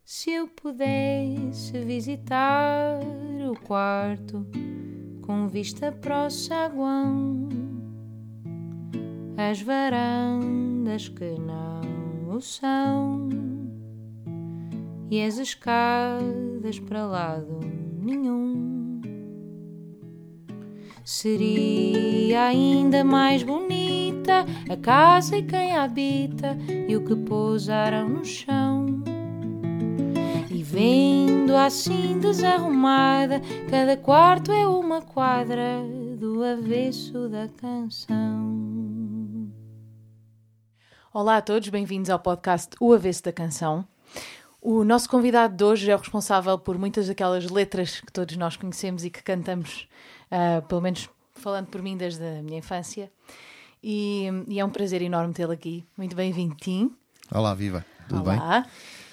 Se eu pudesse visitar o quarto com vista para o saguão, as varandas que não o são e as escadas para lado nenhum, seria ainda mais bonita a casa e quem a habita e o que pousaram no chão. E vendo assim desarrumada, cada quarto é uma quadra do avesso da canção. Olá a todos, bem-vindos ao podcast O Avesso da Canção. O nosso convidado de hoje é o responsável por muitas daquelas letras que todos nós conhecemos e que cantamos, pelo menos falando por mim desde a minha infância. E é um prazer enorme tê-lo aqui. Muito bem-vindo, Tim. Olá, viva. Tudo bem? Olá.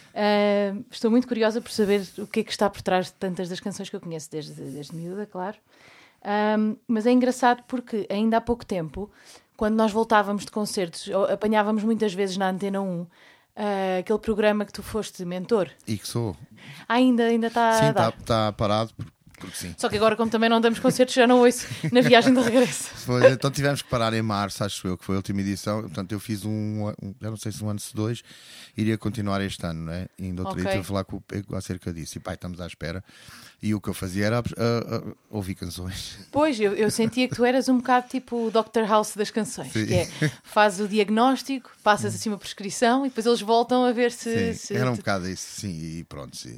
Estou muito curiosa por saber o que é que está por trás de tantas das canções que eu conheço desde miúda, claro. Mas é engraçado porque ainda há pouco tempo, quando nós voltávamos de concertos, apanhávamos muitas vezes na Antena 1 aquele programa que tu foste mentor. E que sou. Ainda está Sim, a dar. está parado, porque sim. Só que agora, como também não damos concertos, já não ouço na viagem de regresso. Então tivemos que parar em março, acho eu, que foi a última edição. Portanto, eu fiz já não sei se um ano, se dois, iria continuar este ano, não é? E ainda outro dia estive a falar com o Pego acerca disso. E pai, estamos à espera. E o que eu fazia era ouvir canções. Pois, eu sentia que tu eras um bocado tipo o Dr. House das canções. Sim. Que é, fazes o diagnóstico, passas assim uma prescrição e depois eles voltam a ver se... Sim, era um bocado isso, sim, e pronto, sim.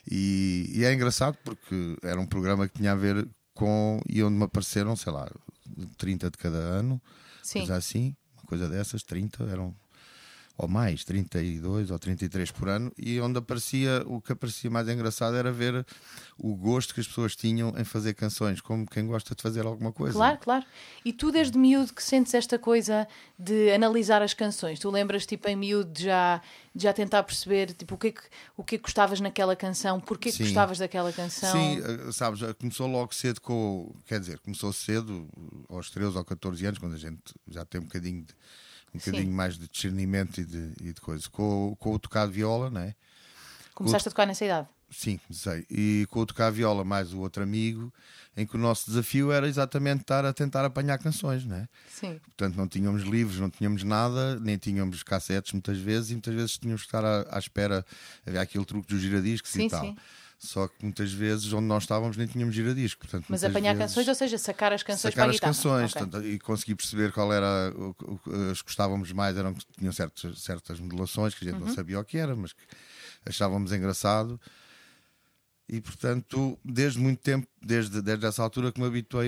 E é engraçado porque era um programa que tinha a ver com, e onde me apareceram, sei lá, 30 de cada ano, Sim. coisa assim, uma coisa dessas, 30, eram, ou mais, 32 ou 33 por ano, e onde o que aparecia mais engraçado era ver o gosto que as pessoas tinham em fazer canções, como quem gosta de fazer alguma coisa. Claro, claro. E tu desde miúdo que sentes esta coisa de analisar as canções, tu lembras tipo em miúdo de já tentar perceber tipo, o que gostavas naquela canção, porquê que gostavas daquela canção? Sim, sabes, começou logo cedo começou cedo, aos 13 ou 14 anos, quando a gente já tem um bocadinho mais de discernimento e de coisas, com o tocar de viola, não é? Começaste a tocar nessa idade? Sim, comecei. E com o tocar viola mais o outro amigo, em que o nosso desafio era exatamente estar a tentar apanhar canções, não é? Sim. Portanto, não tínhamos livros, não tínhamos nada, nem tínhamos cassetes muitas vezes, e muitas vezes tínhamos que estar à espera. Havia aquele truque dos giradiscos e tal. Sim. Só que muitas vezes onde nós estávamos nem tínhamos giradisco. Portanto, mas apanhar canções, ou seja, sacar as canções para a guitarra. Sacar as canções, okay. E conseguir perceber qual era as que gostávamos mais, eram que tinham certas modulações que a gente não sabia o que era, mas que achávamos engraçado. E portanto, desde muito tempo, desde essa altura que me habituei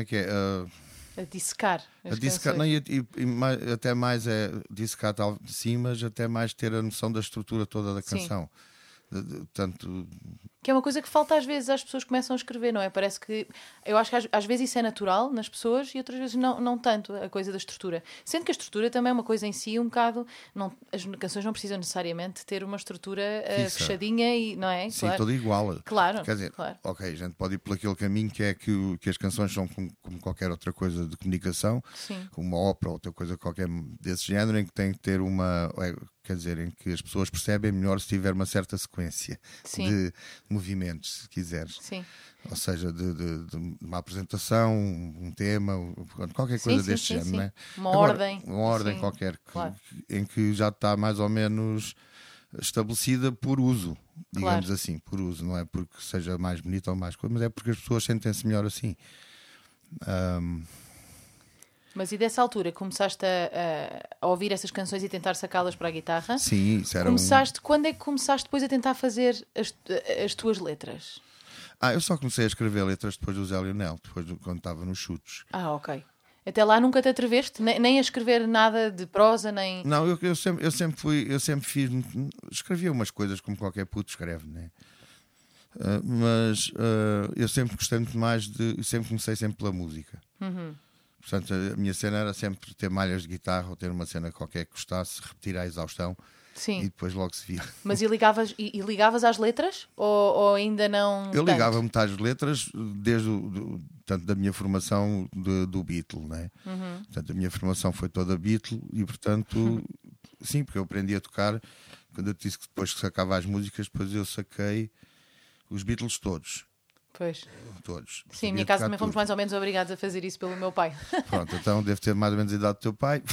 a dissecar as canções. Não, e até mais dissecar tal de cima, mas até mais ter a noção da estrutura toda da canção. Tanto... Que é uma coisa que falta às vezes, as pessoas começam a escrever, não é? Parece que... Eu acho que às vezes isso é natural nas pessoas e outras vezes não tanto, a coisa da estrutura. Sendo que a estrutura também é uma coisa em si um bocado... as canções não precisam necessariamente ter uma estrutura fechadinha, e não é? Sim, claro. Toda igual. Claro. Quer dizer, claro. Ok, a gente pode ir por aquele caminho que é que as canções são como qualquer outra coisa de comunicação, Sim. como uma ópera ou outra coisa qualquer desse género, em que tem que ter quer dizer, em que as pessoas percebem melhor se tiver uma certa sequência de movimentos, se quiseres. Sim. Ou seja, de uma apresentação, um tema, qualquer coisa deste género, não é? Uma ordem qualquer, claro. em que já está mais ou menos estabelecida por uso, digamos assim, por uso, não é porque seja mais bonita ou mais coisa, mas é porque as pessoas sentem-se melhor assim. Mas e dessa altura começaste a ouvir essas canções e tentar sacá-las para a guitarra? Sim, isso era Quando é que começaste depois a tentar fazer as tuas letras? Eu só comecei a escrever letras depois do Zé Lionel, quando estava nos Chutos. Ok. Até lá nunca te atreveste? Nem a escrever nada de prosa, nem... Não, eu sempre fiz... Escrevia umas coisas como qualquer puto escreve, né? Mas eu sempre gostei muito mais sempre comecei sempre pela música. Portanto, a minha cena era sempre ter malhas de guitarra ou ter uma cena qualquer que gostasse, repetir à exaustão. Sim. E depois logo se via. Mas ligavas às letras? Ou ainda não? Eu ligava metade às letras desde tanto da minha formação do Beatle, né? Portanto, a minha formação foi toda Beatle e, portanto, sim, porque eu aprendi a tocar quando eu te disse que depois que sacava as músicas, depois eu saquei os Beatles todos. Pois. Todos. Sim, em minha casa também fomos tudo. mais ou menos obrigados a fazer isso pelo meu pai. Pronto, então deve ter mais ou menos a idade do teu pai.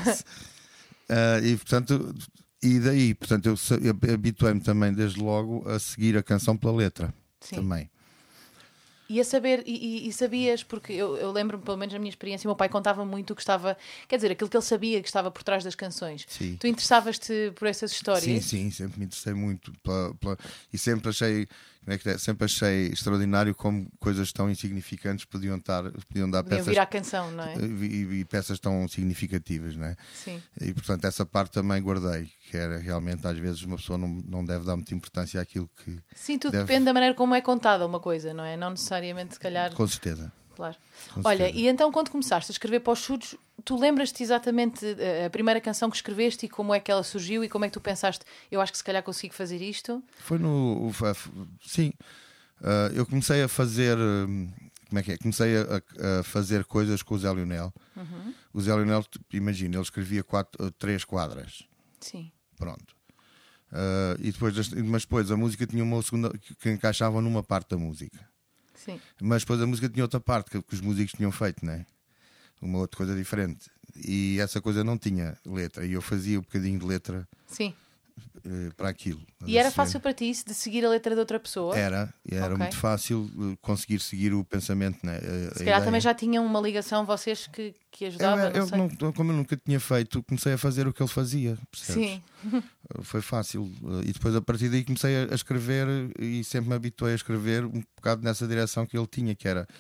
E portanto, e daí, portanto, eu habituei-me também desde logo a seguir a canção pela letra. Sim. Também. E a saber, e sabias, porque eu lembro-me, pelo menos na minha experiência, o meu pai contava muito o que estava, quer dizer, aquilo que ele sabia que estava por trás das canções. Sim. Tu interessavas-te por essas histórias? Sim, sempre me interessei muito e sempre achei, sempre achei extraordinário como coisas tão insignificantes podiam dar peças, vir à canção, não é? E peças tão significativas, não é? Sim. E portanto essa parte também guardei, que era realmente às vezes uma pessoa não deve dar muita importância àquilo que... Sim, tudo depende da maneira como é contada uma coisa, não é? Não necessariamente, se calhar... Com certeza. Claro. Com Olha, certeza. e então quando começaste a escrever para os Chudos, tu lembras-te exatamente a primeira canção que escreveste e como é que ela surgiu e como é que tu pensaste, eu acho que se calhar consigo fazer isto? Foi sim. Eu comecei a fazer... Como é que é? Comecei a fazer coisas com o Zé Lionel. Uhum. O Zé Lionel, imagina, ele escrevia 3 quadras. Sim. Pronto. Mas depois a música tinha uma segunda que encaixava numa parte da música. Sim. Mas depois a música tinha outra parte que os músicos tinham feito, né? Uma outra coisa diferente. E essa coisa não tinha letra. E eu fazia um bocadinho de letra Sim. Para aquilo. E era fácil para ti isso de seguir a letra de outra pessoa? Era Ok. muito fácil conseguir seguir o pensamento, né? Se calhar também já tinham uma ligação vocês que ajudava, não sei. Como eu nunca tinha feito, comecei a fazer o que ele fazia, percebes? Sim. Foi fácil. E depois a partir daí comecei a escrever e sempre me habituei a escrever um bocado nessa direção que ele tinha, que era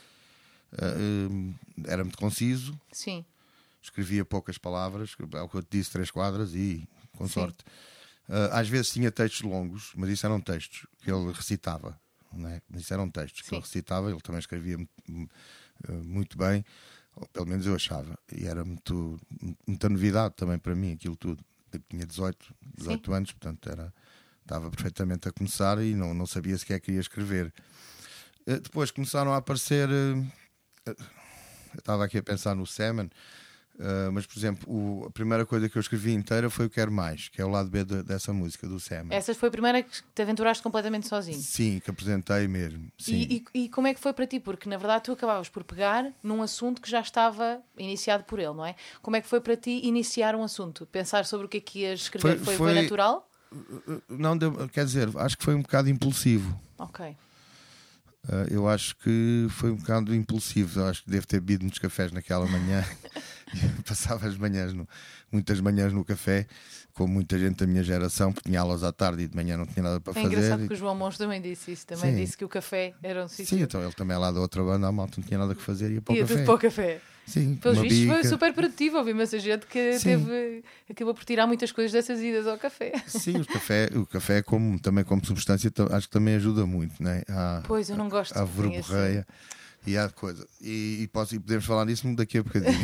muito conciso, Sim. escrevia poucas palavras, é o que eu te disse, 3 quadras e com Sim. sorte. Às vezes tinha textos longos, mas isso eram textos que ele recitava, não é? Mas isso eram textos que Sim. ele recitava, ele também escrevia muito bem, ou pelo menos eu achava, e era muita novidade também para mim aquilo tudo. Eu tinha 18 anos, portanto estava perfeitamente a começar e não sabia sequer que ia escrever. Depois começaram a aparecer, eu estava aqui a pensar no Semen. Mas, por exemplo, a primeira coisa que eu escrevi inteira foi o Quero Mais, que é o lado B dessa música do Semen. Essa foi a primeira que te aventuraste completamente sozinho? Sim, que apresentei mesmo. Sim. E como é que foi para ti? Porque, na verdade, tu acabavas por pegar num assunto que já estava iniciado por ele, não é? Como é que foi para ti iniciar um assunto? Pensar sobre o que é que ias escrever foi natural? Não, quer dizer, acho que foi um bocado impulsivo. Ok. Eu acho que foi um bocado impulsivo. Eu acho que devo ter bebido muitos cafés naquela manhã. Passava muitas manhãs no café, com muita gente da minha geração, porque tinha aulas à tarde e de manhã não tinha nada para fazer. É engraçado que o João Monge também disse isso. Também disse que o café era um sítio. Sim, então ele também é lá da outra banda, a malta não tinha nada que fazer e ia para o café. Tudo para o café. Sim, pelos uma vistos bica. foi super produtivo. Ouvi imensa gente que acabou por tirar muitas coisas dessas idas ao café. Sim, o café também como substância, acho que também ajuda muito, né? Pois, eu não gosto. A verborreia e a coisa. E podemos falar disso daqui a bocadinho.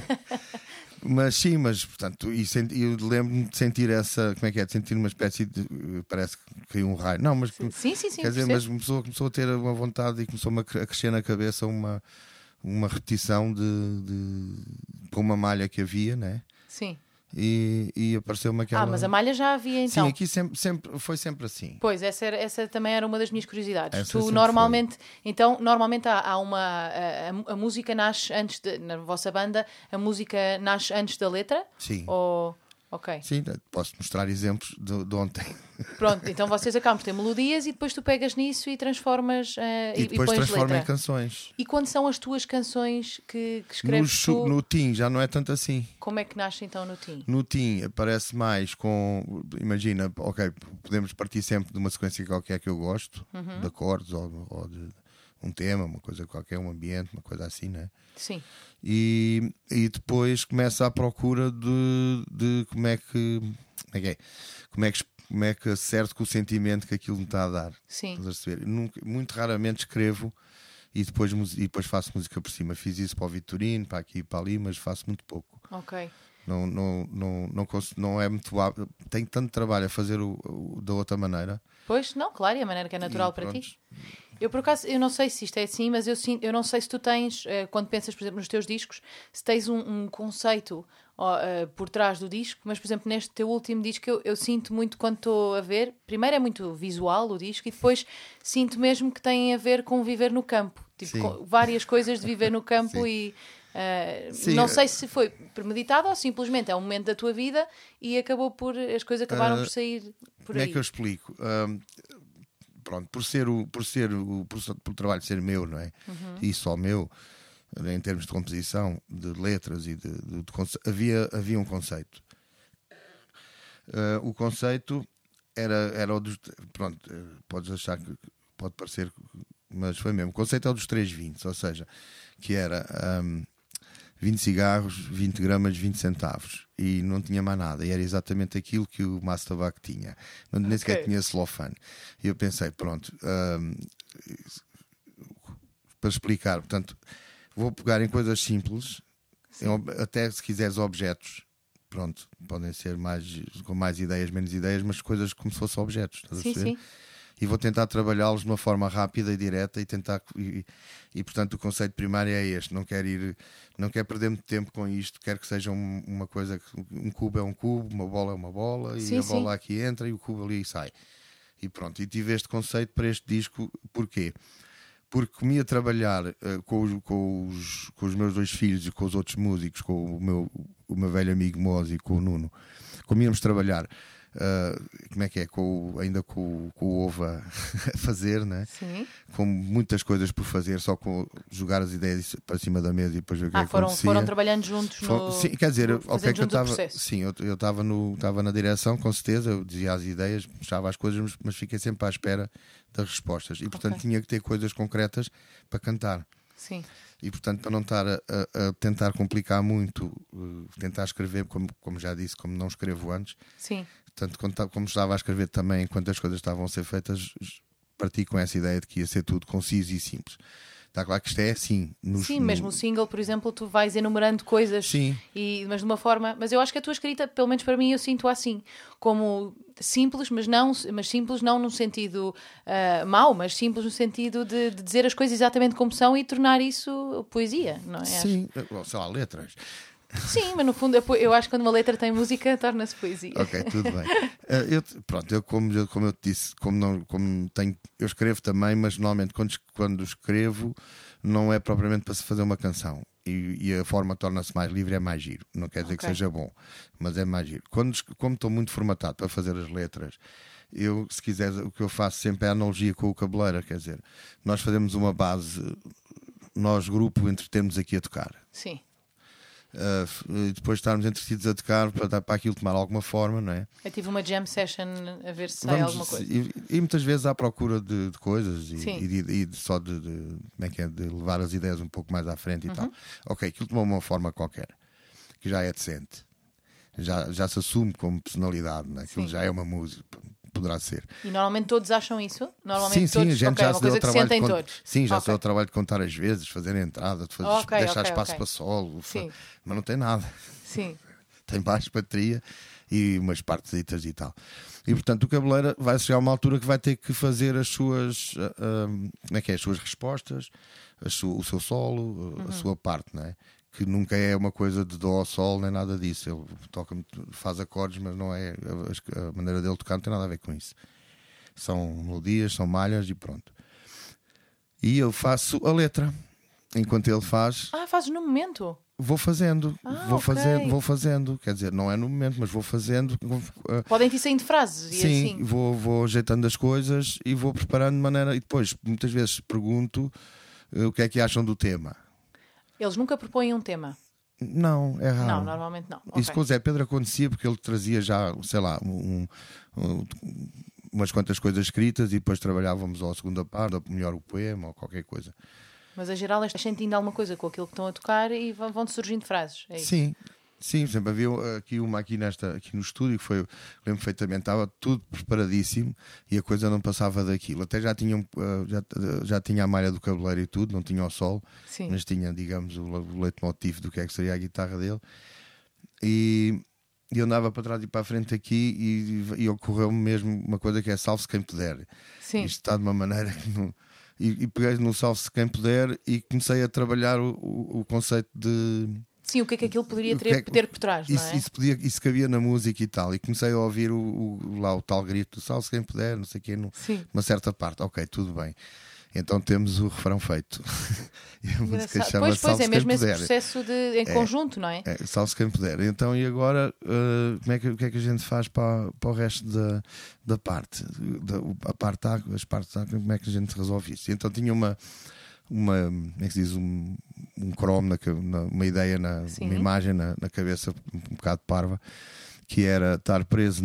Mas sim, portanto, eu lembro-me de sentir essa, como é que é? De sentir uma espécie de, parece que caiu um raio. Não, mas sim, quer dizer, mas começou a ter uma vontade e começou-me a crescer na cabeça uma repetição para uma malha que havia, né? Sim. E apareceu-me aquela... mas a malha já havia então. Sim, aqui foi sempre assim. Pois, essa também era uma das minhas curiosidades. Essa Tu normalmente há uma... A música nasce antes na vossa banda, a música nasce antes da letra? Sim. Ok. Sim, posso mostrar exemplos de ontem. Pronto, então vocês acabam por ter melodias e depois tu pegas nisso e transformas e depois pões transforma letra. em canções. E quando são as tuas canções que escreves tu? No Tim já não é tanto assim. Como é que nasce então no Tim? No Tim aparece mais com... Imagina, ok, podemos partir sempre de uma sequência qualquer que eu gosto, de acordes ou de um tema, uma coisa qualquer, um ambiente, uma coisa assim, né? Sim. E depois começa a procura de como é que acerto com o sentimento que aquilo me está a dar. Sim. Estás a perceber? Muito raramente escrevo e depois faço música por cima. Fiz isso para o Vitorino, para aqui e para ali, mas faço muito pouco. Ok. Não é muito hábil. Tenho tanto trabalho a fazer da outra maneira. Pois, não, claro, e a maneira que é natural para ti. Eu, por acaso, eu não sei se isto é assim, mas eu não sei se tu tens, quando pensas, por exemplo, nos teus discos, se tens um conceito por trás do disco, mas, por exemplo, neste teu último disco eu sinto muito quando estou a ver, primeiro é muito visual o disco e depois sinto mesmo que tem a ver com viver no campo, tipo, com várias coisas de viver no campo e... não sei se foi premeditado ou simplesmente é um momento da tua vida e as coisas acabaram por sair por aí. Como é que eu explico? Pronto, por trabalho ser meu, não é? E só meu, em termos de composição, de letras e havia um conceito. O conceito era o dos... Pronto, podes achar que pode parecer, mas foi mesmo. O conceito é o dos 3,20, ou seja, que era 20 cigarros, 20 gramas, 20 centavos. E não tinha mais nada. E era exatamente aquilo que o Maço de Tabaco tinha. Nem sequer tinha celofane. E eu pensei, pronto, para explicar, portanto, vou pegar em coisas simples, até se quiseres objetos, pronto, podem ser com mais ideias, menos ideias, mas coisas como se fossem objetos, estás a perceber? Sim. E vou tentar trabalhá-los de uma forma rápida e direta e portanto o conceito primário é este, não quero perder muito tempo com isto, quero que seja uma coisa, um cubo é um cubo, uma bola é uma bola e a bola aqui entra e o cubo ali sai. E pronto, e tive este conceito para este disco, porquê? Porque como ia trabalhar com os meus 2 filhos e com os outros músicos, com o meu velho amigo Mozi e com o Nuno, como íamos trabalhar como é que é, ainda com o ovo a fazer, né? Sim. Com muitas coisas por fazer, só com jogar as ideias para cima da mesa e depois ver o que acontecia. Foram trabalhando juntos sim, quer dizer, eu estava eu estava na direção, com certeza, eu dizia as ideias, mostrava as coisas, mas fiquei sempre à espera das respostas e portanto tinha que ter coisas concretas para cantar. Sim. E portanto, para não estar a tentar complicar muito, tentar escrever, como já disse, como não escrevo antes. Sim. Portanto, como estava a escrever também, enquanto as coisas estavam a ser feitas, parti com essa ideia de que ia ser tudo conciso e simples. Está claro que isto é assim. Mesmo o single, por exemplo, tu vais enumerando coisas, sim. Mas de uma forma. Mas eu acho que a tua escrita, pelo menos para mim, eu sinto assim, como simples, mas simples não no sentido mau, mas simples no sentido de dizer as coisas exatamente como são e tornar isso poesia, não é? Sim, sei lá, letras. Sim, mas no fundo eu acho que quando uma letra tem música torna-se poesia. Ok, tudo bem. Como eu te disse, eu escrevo também, mas normalmente quando escrevo não é propriamente para se fazer uma canção e a forma torna-se mais livre, é mais giro. Não quer dizer que seja bom, mas é mais giro. Como estou muito formatado para fazer as letras, se quiseres, o que eu faço sempre é a analogia com o Cabeleira, quer dizer, nós fazemos uma base, nós grupo entretermos aqui a tocar. Sim. Depois estarmos entretidos a tocar para aquilo tomar alguma forma, não é? Eu tive uma jam session a ver se sai alguma coisa. E muitas vezes à procura de coisas e só de levar as ideias um pouco mais à frente e tal. Ok, aquilo tomou uma forma qualquer que já é decente, já se assume como personalidade, não é? Aquilo já é uma música. Poderá ser. E normalmente todos acham isso? Normalmente sim, todos, a gente já se deu o trabalho de todos. Sim, já se deu o trabalho de contar as vezes, fazer a entrada, deixar espaço para solo, mas não tem nada. Sim. Tem baixo, bateria e umas partesitas e tal. E portanto o Cabeleira vai chegar a uma altura que vai ter que fazer as suas as suas respostas, o seu solo, a sua parte, não é? Que nunca é uma coisa de dó, sol, nem nada disso. Ele faz acordes, mas não é a maneira dele tocar, não tem nada a ver com isso. São melodias, são malhas e pronto. E eu faço a letra enquanto ele faz. Fazes no momento? Vou fazendo, vou fazendo. Quer dizer, não é no momento, mas vou fazendo. Podem-te ir saindo frases. Sim, assim. vou ajeitando as coisas e vou preparando de maneira. E depois, muitas vezes, pergunto o que é que acham do tema. Eles nunca propõem um tema? Não, é raro. Não, normalmente não. Isso com o Zé Pedro acontecia porque ele trazia já, sei lá, umas quantas coisas escritas e depois trabalhávamos ou a segunda parte, ou melhor o poema ou qualquer coisa. Mas a geral estás sentindo alguma coisa com aquilo que estão a tocar e vão-te surgindo frases. É isso? Sim, sempre havia uma aqui no estúdio que foi, lembro perfeitamente, estava tudo preparadíssimo e a coisa não passava daquilo. Até já tinha a malha do Cabeleiro e tudo, não tinha o sol, mas tinha, digamos, o leitmotiv do que é que seria a guitarra dele. E eu andava para trás e para a frente aqui e ocorreu-me mesmo uma coisa que é salve-se quem puder. Sim. Isto está de uma maneira que não... e peguei no Salve-se Quem Puder e comecei a trabalhar o conceito de... Sim, o que é que aquilo poderia ter por trás, não é? Isso cabia na música e tal. E comecei a ouvir lá o tal grito do Salve-se Quem Puder, não sei o quê, numa certa parte. Ok, tudo bem. Então temos o refrão feito. E a música chama-se Salve-se é mesmo Quem esse Puder. processo em conjunto, não é? Salve-se Quem Puder. Então, e agora, o que é que a gente faz para o resto da parte? A parte A, as partes A, como é que a gente resolve isso? Então tinha como é que se diz, um cromo, uma ideia, uma imagem na cabeça um bocado parva, que era estar preso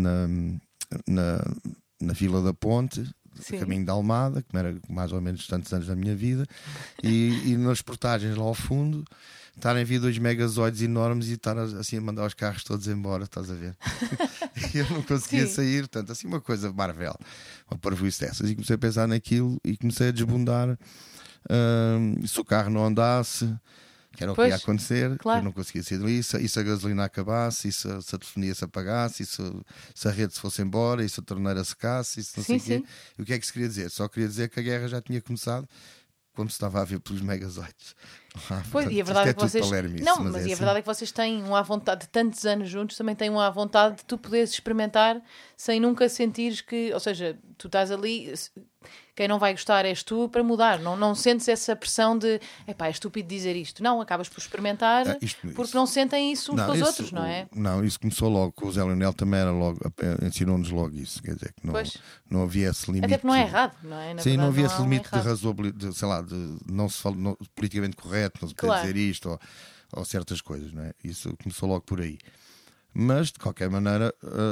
na Vila da Ponte, caminho da Almada, que era mais ou menos tantos anos da minha vida, e nas portagens lá ao fundo estarem a vir 2 megazoides enormes e estar assim a mandar os carros todos embora, estás a ver? E eu não conseguia sair, portanto, assim uma coisa Marvel, uma parvoíce dessas. E comecei a pensar naquilo e comecei a desbundar. Se o carro não andasse, que era o que ia acontecer, claro. Eu não conseguia sair dali, e se a gasolina acabasse, e se a telefonia se apagasse, e se a rede se fosse embora, e se a torneira secasse, e se não sei o quê. E o que é que se queria dizer? Só queria dizer que a guerra já tinha começado quando se estava a ver pelos megazoides. Portanto, e a verdade é que vocês... Não, mas a verdade é que vocês têm uma vontade de tantos anos juntos, também têm uma vontade de tu poderes experimentar sem nunca sentires que, ou seja, tu estás ali, quem não vai gostar és tu para mudar, não sentes essa pressão de é estúpido dizer isto. Não, acabas por experimentar porque não sentem isso uns com os outros, não é? Não, isso começou logo com o Zé Leonel, também era logo, ensinou-nos logo isso, quer dizer, que não havia esse limite. Até porque não é errado, não é? Sim, não havia esse limite de razoabilidade, sei lá, de não se fala politicamente correto, não se pode dizer isto ou certas coisas, não é? Isso começou logo por aí. Mas, de qualquer maneira,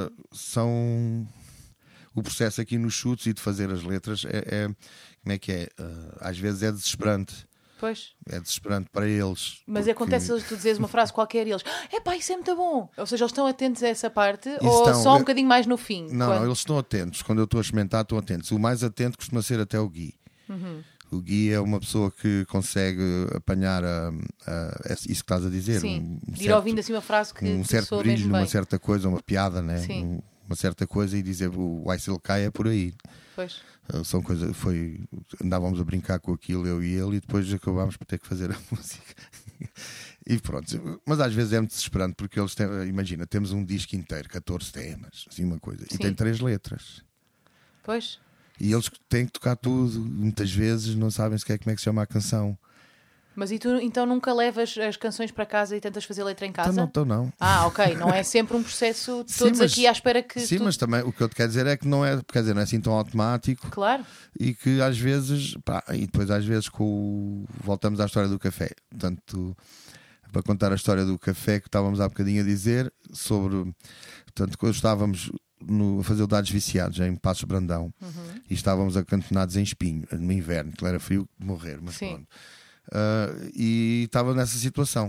o processo aqui nos chutes e de fazer as letras como é que é? Às vezes é desesperante. Pois. É desesperante para eles. Mas acontece tu dizeres uma frase qualquer e eles isso é muito bom. Ou seja, eles estão atentos a essa parte ou só um bocadinho mais no fim? Não, eles estão atentos. Quando eu estou a experimentar, estão atentos. O mais atento costuma ser até o Gui. O Gui é uma pessoa que consegue apanhar isso que estás a dizer. Sim, ir ouvindo assim uma frase que um certo brilho, uma bem. certa coisa, uma piada, né? Uma certa coisa e dizer o Aicil Cai é por aí. Pois. São coisas, andávamos a brincar com aquilo, eu e ele, e depois acabámos por ter que fazer a música. E pronto, mas às vezes é muito desesperante porque eles têm, imagina, temos um disco inteiro, 14 temas, assim uma coisa, e tem 3 letras. Pois. E eles têm que tocar tudo, muitas vezes não sabem sequer como é que se chama a canção. Mas e tu então nunca levas as canções para casa e tentas fazer letra em casa? Então não. Ok, não é sempre um processo de todos aqui à espera que... Sim, mas também o que eu te quero dizer é que não é, quer dizer, não é assim tão automático. Claro. E que às vezes, e depois às vezes voltamos à história do café. Portanto, para contar a história do café que estávamos há bocadinho a dizer, portanto, quando estávamos a fazer o Dados Viciados em Passos Brandão e estávamos acantonados em Espinho, no inverno, que era frio de morrer, mas pronto. E estava nessa situação.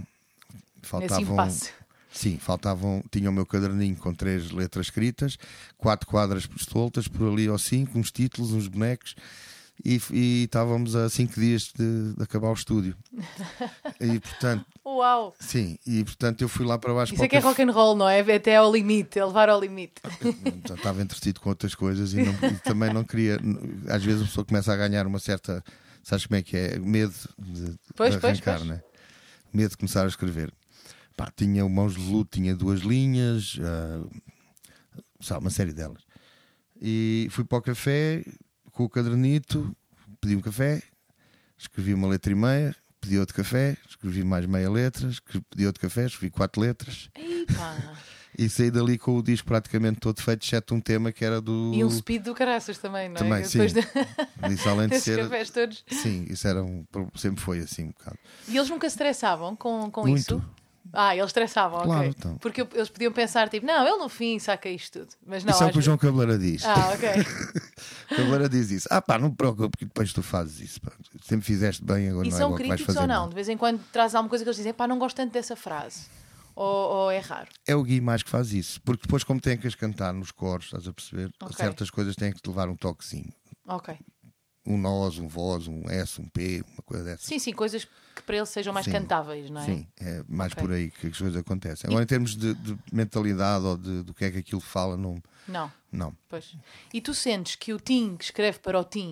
Tinha o meu caderninho com 3 letras escritas, 4 quadras soltas por ali ou 5, uns títulos, uns bonecos, e estávamos a 5 dias de acabar o estúdio. E portanto, uau! Sim, e portanto eu fui lá para baixo. Isso é que é rock and roll, não é? Até ao limite, é levar ao limite. Estava entretido com outras coisas e também não queria. Às vezes a pessoa começa a ganhar uma certa. Sabes como é que é? Medo de arrancar, né? Medo de começar a escrever. Tinha o Mãos de Luto, tinha 2 linhas, uma série delas. E fui para o café com o cadernito, pedi um café, escrevi uma letra e meia, pedi outro café, escrevi mais meia letra, pedi outro café, escrevi 4 letras. E saí dali com o disco praticamente todo feito, exceto um tema que era do... E um speed do caraças também, não é? Também, sim. Isso além de ser... cafés todos. Sim, isso sempre foi assim um bocado. E eles nunca se estressavam com muito. Isso? Eles estressavam, claro, ok. Então. Porque eles podiam pensar, tipo, não, ele no fim saca isto tudo. Mas não, isso é o que o João Cabeleira diz. Ok. O Cabeleira diz isso. Não me preocupe, porque depois tu fazes isso. Sempre fizeste bem, agora e não é são igual que vais fazer. críticos ou não? De vez em quando traz alguma coisa que eles dizem, não gosto tanto dessa frase. Ou é raro? É o Gui mais que faz isso. Porque depois, como tem que as cantar nos coros, estás a perceber? Certas coisas têm que te levar um toquezinho. Ok. Um nós, um vós, um S, um P, uma coisa dessa. Sim, coisas que para eles sejam mais cantáveis, não é? Sim, é mais por aí que as coisas acontecem. Agora, em termos de mentalidade ou do que é que aquilo fala, não. Pois. E tu sentes que o Tim que escreve para o Tim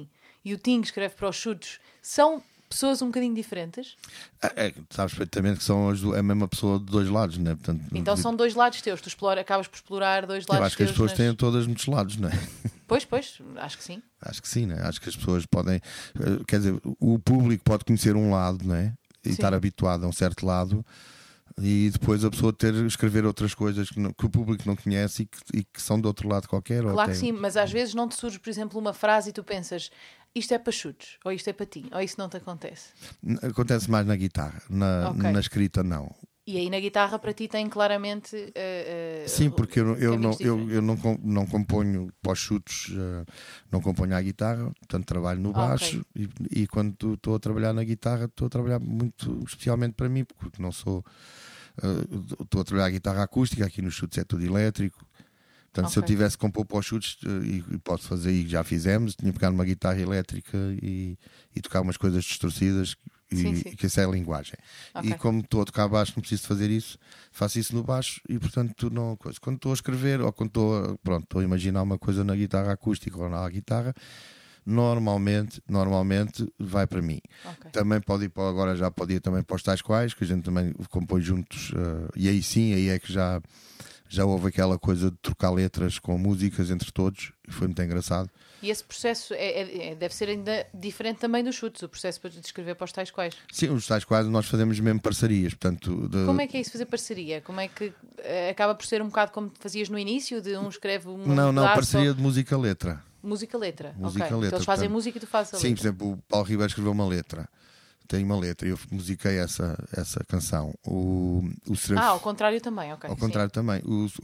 e o Tim que escreve para os Chutes, são pessoas um bocadinho diferentes? Sabes perfeitamente que são a mesma pessoa de dois lados, não é? Portanto, Então são dois lados teus, acabas por explorar dois lados teus. Eu acho que as pessoas têm todas muitos lados, não é? Pois, acho que sim. Acho que sim, né? Acho que as pessoas podem, quer dizer, o público pode conhecer um lado, não é? E estar habituado a um certo lado, e depois a pessoa escrever outras coisas que o público não conhece e que são de outro lado qualquer. Claro que sim, mas às vezes não te surge, por exemplo, uma frase e tu pensas, isto é para Chutes, ou isto é para ti, ou isso não te acontece? Acontece mais na guitarra, na escrita não. E aí na guitarra para ti tem claramente sim, porque eu não componho para os Chutes, não componho à guitarra, portanto trabalho no baixo, e quando estou a trabalhar na guitarra estou a trabalhar muito especialmente para mim, porque não sou estou a trabalhar a guitarra acústica, aqui nos Chutes é tudo elétrico. Portanto, se eu tivesse que compor para os Chutes, e posso fazer, e já fizemos, tinha que pegar numa guitarra elétrica e tocar umas coisas distorcidas, que essa é a linguagem. E como estou a tocar baixo, não preciso fazer isso, faço isso no baixo, e portanto não coisa. Quando estou a escrever, ou quando estou a imaginar uma coisa na guitarra acústica ou na guitarra, normalmente vai para mim. Também pode ir para, agora já pode ir também para os tais quais, que a gente também compõe juntos, e aí sim, aí é que já houve aquela coisa de trocar letras com músicas entre todos, e foi muito engraçado. E esse processo deve ser ainda diferente também dos Chutes, o processo para descrever para os tais quais. Sim, os tais quais nós fazemos mesmo parcerias, portanto... Como é que é isso, fazer parceria? Como é que acaba por ser um bocado como fazias no início, de um escreve uma... Não, parceria de música-letra. Música-letra, música-letra. Então eles fazem música e tu fazes a letra. Sim, por exemplo, o Paulo Ribeiro escreveu uma letra. Tem uma letra e eu musiquei essa canção. Ao contrário também, ok. Ao contrário também.